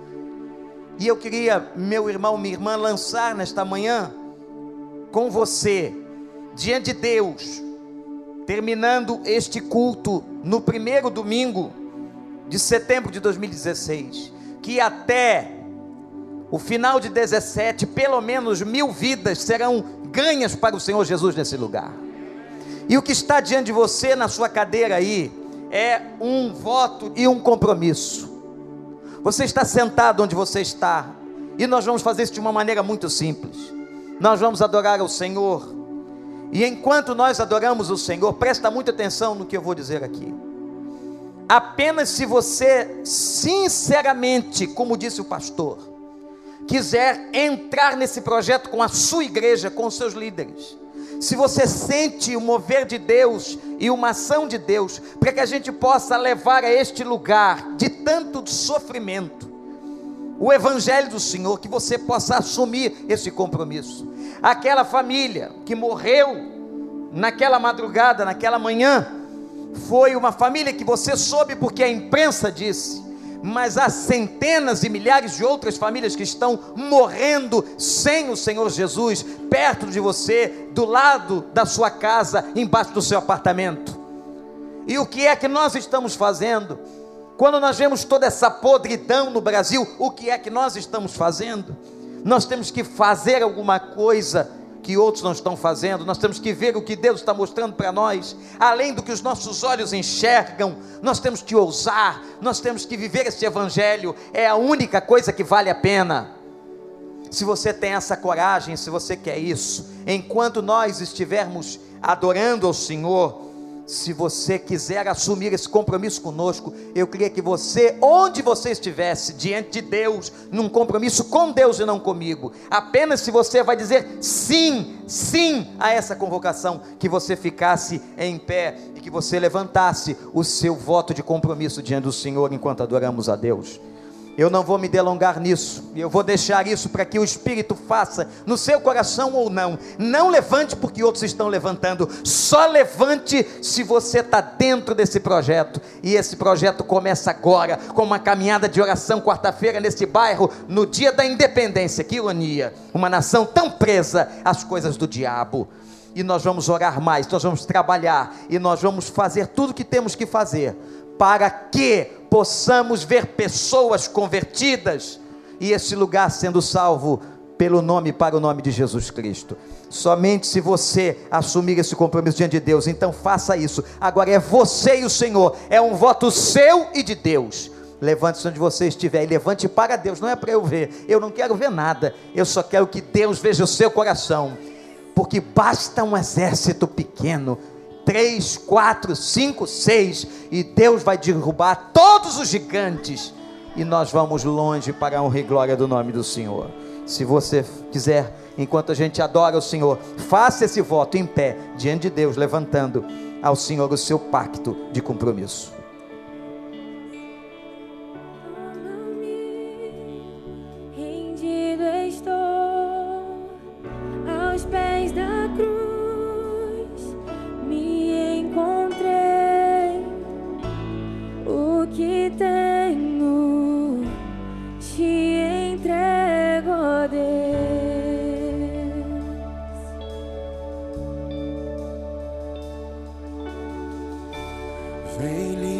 E eu queria, meu irmão, minha irmã, lançar nesta manhã com você, diante de Deus, terminando este culto no primeiro domingo de setembro de 2016, que até o final de 17, pelo menos 1000 vidas serão ganhas para o Senhor Jesus nesse lugar. E o que está diante de você na sua cadeira aí é um voto e um compromisso. Você está sentado onde você está, e nós vamos fazer isso de uma maneira muito simples. Nós vamos adorar ao Senhor, e enquanto nós adoramos o Senhor, presta muita atenção no que eu vou dizer aqui. Apenas se você sinceramente, como disse o pastor, quiser entrar nesse projeto com a sua igreja, com os seus líderes, se você sente o mover de Deus e uma ação de Deus, para que a gente possa levar a este lugar de tanto sofrimento o evangelho do Senhor, que você possa assumir esse compromisso. Aquela família que morreu naquela madrugada, naquela manhã, foi uma família que você soube porque a imprensa disse, mas há centenas e milhares de outras famílias que estão morrendo sem o Senhor Jesus, perto de você, do lado da sua casa, embaixo do seu apartamento. E o que é que nós estamos fazendo? Quando nós vemos toda essa podridão no Brasil, o que é que nós estamos fazendo? Nós temos que fazer alguma coisa que outros não estão fazendo. Nós temos que ver o que Deus está mostrando para nós, além do que os nossos olhos enxergam. Nós temos que ousar, nós temos que viver esse evangelho. É a única coisa que vale a pena. Se você tem essa coragem, se você quer isso, enquanto nós estivermos adorando ao Senhor, se você quiser assumir esse compromisso conosco, eu queria que você, onde você estivesse, diante de Deus, num compromisso com Deus e não comigo, apenas se você vai dizer sim, sim a essa convocação, que você ficasse em pé e que você levantasse o seu voto de compromisso diante do Senhor enquanto adoramos a Deus. Eu não vou me delongar nisso, eu vou deixar isso para que o Espírito faça no seu coração ou não. Não levante porque outros estão levantando, só levante se você está dentro desse projeto. E esse projeto começa agora, com uma caminhada de oração quarta-feira nesse bairro, no dia da independência. Que ironia, uma nação tão presa às coisas do diabo. E nós vamos orar mais, nós vamos trabalhar, e nós vamos fazer tudo o que temos que fazer, para que possamos ver pessoas convertidas, e esse lugar sendo salvo pelo nome, para o nome de Jesus Cristo. Somente se você assumir esse compromisso diante de Deus, então faça isso. Agora é você e o Senhor, é um voto seu e de Deus. Levante-se onde você estiver e levante para Deus. Não é para eu ver, eu não quero ver nada, eu só quero que Deus veja o seu coração, porque basta um exército pequeno, 3, 4, 5, 6, e Deus vai derrubar todos os gigantes, e nós vamos longe para a honra e glória do nome do Senhor. Se você quiser, enquanto a gente adora o Senhor, faça esse voto em pé, diante de Deus, levantando ao Senhor o seu pacto de compromisso. Rendido estou aos pés da cruz. Encontrei o que tenho, te entrego, ó Deus. Vem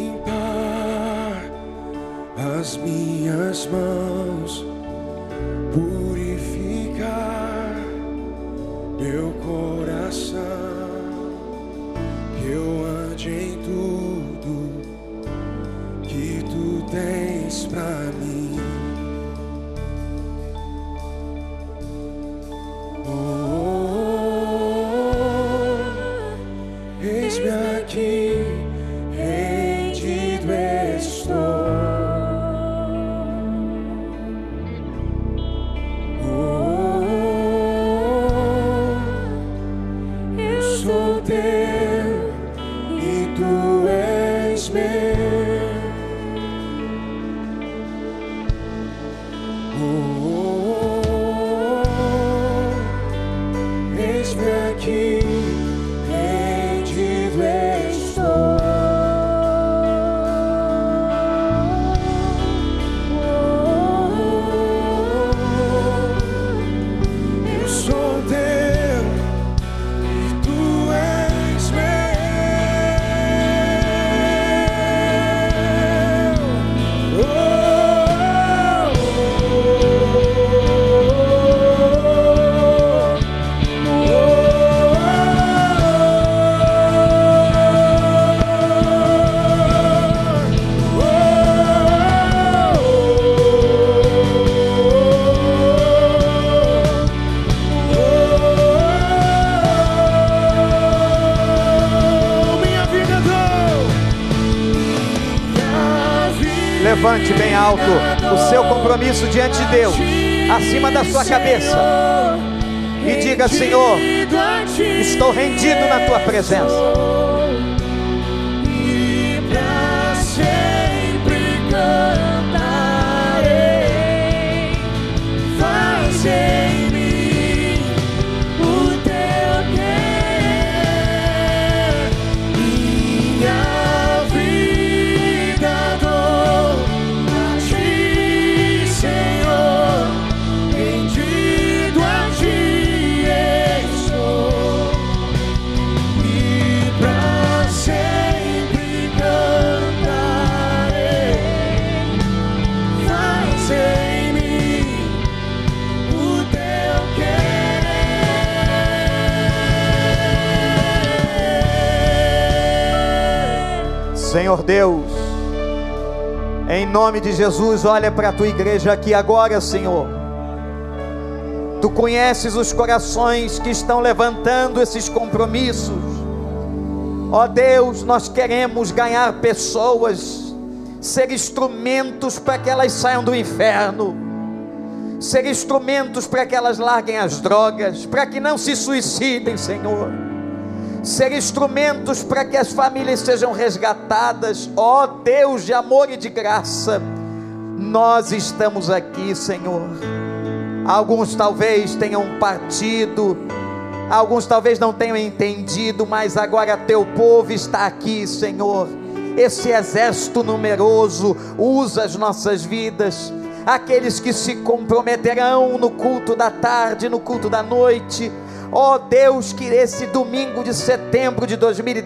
alto o seu compromisso diante de Deus, acima da sua cabeça, e diga: Senhor, estou rendido na tua presença. Senhor Deus, em nome de Jesus, olha para a tua igreja aqui agora, Senhor. Tu conheces os corações que estão levantando esses compromissos. Ó Deus, nós queremos ganhar pessoas, ser instrumentos para que elas saiam do inferno, ser instrumentos para que elas larguem as drogas, para que não se suicidem, Senhor. Ser instrumentos para que as famílias sejam resgatadas. Ó Deus de amor e de graça, nós estamos aqui, Senhor. Alguns talvez tenham partido, alguns talvez não tenham entendido, mas agora teu povo está aqui, Senhor. Esse exército numeroso usa as nossas vidas. Aqueles que se comprometerão no culto da tarde, no culto da noite. Ó Deus, que esse domingo de setembro de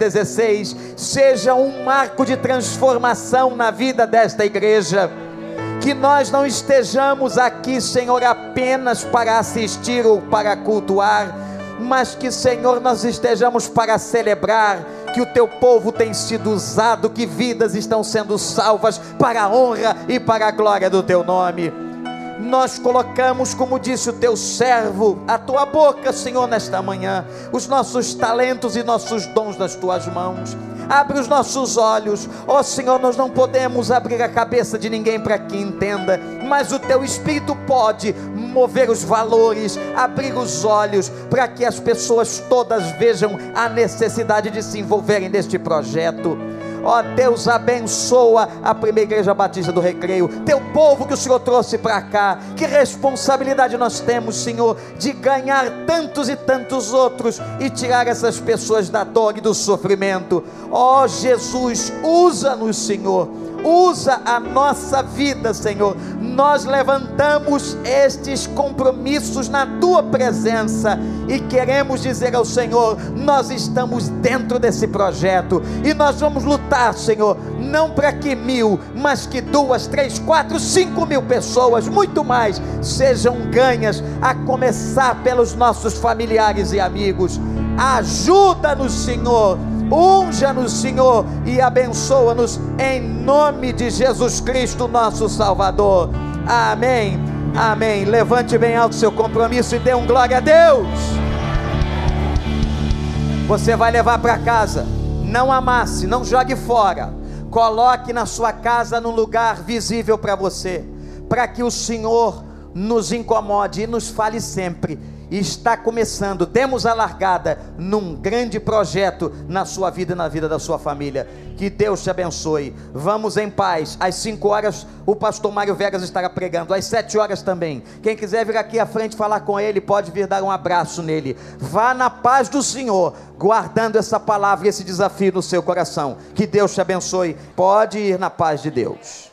2016 seja um marco de transformação na vida desta igreja. Que nós não estejamos aqui, Senhor, apenas para assistir ou para cultuar, mas que, Senhor, nós estejamos para celebrar que o teu povo tem sido usado, que vidas estão sendo salvas para a honra e para a glória do teu nome. Nós colocamos, como disse o teu servo, a tua boca, Senhor, nesta manhã, os nossos talentos e nossos dons nas tuas mãos. Abre os nossos olhos, ó Senhor. Nós não podemos abrir a cabeça de ninguém para que entenda, mas o teu Espírito pode mover os valores, abrir os olhos, para que as pessoas todas vejam a necessidade de se envolverem neste projeto. Ó Deus, abençoa a primeira igreja batista do Recreio, teu povo que o Senhor trouxe para cá. Que responsabilidade nós temos, Senhor, de ganhar tantos e tantos outros e tirar essas pessoas da dor e do sofrimento. Ó Jesus, usa-nos, Senhor, usa a nossa vida, Senhor. Nós levantamos estes compromissos na tua presença e queremos dizer ao Senhor: nós estamos dentro desse projeto e nós vamos lutar, Senhor, não para que 1000, mas que 2, 3, 4, 5 mil pessoas, muito mais, sejam ganhas, a começar pelos nossos familiares e amigos. Ajuda-nos, Senhor, unja-nos, Senhor, e abençoa-nos em nome de Jesus Cristo, nosso Salvador. Amém, amém. Levante bem alto seu compromisso e dê um glória a Deus. Você vai levar para casa, não amasse, não jogue fora, coloque na sua casa num lugar visível para você, para que o Senhor nos incomode e nos fale sempre. Está começando, demos a largada num grande projeto na sua vida e na vida da sua família. Que Deus te abençoe. Vamos em paz. Às 5 horas o pastor Mário Vegas estará pregando, às 7 horas também. Quem quiser vir aqui à frente falar com ele, pode vir dar um abraço nele. Vá na paz do Senhor, guardando essa palavra e esse desafio no seu coração. Que Deus te abençoe. Pode ir na paz de Deus.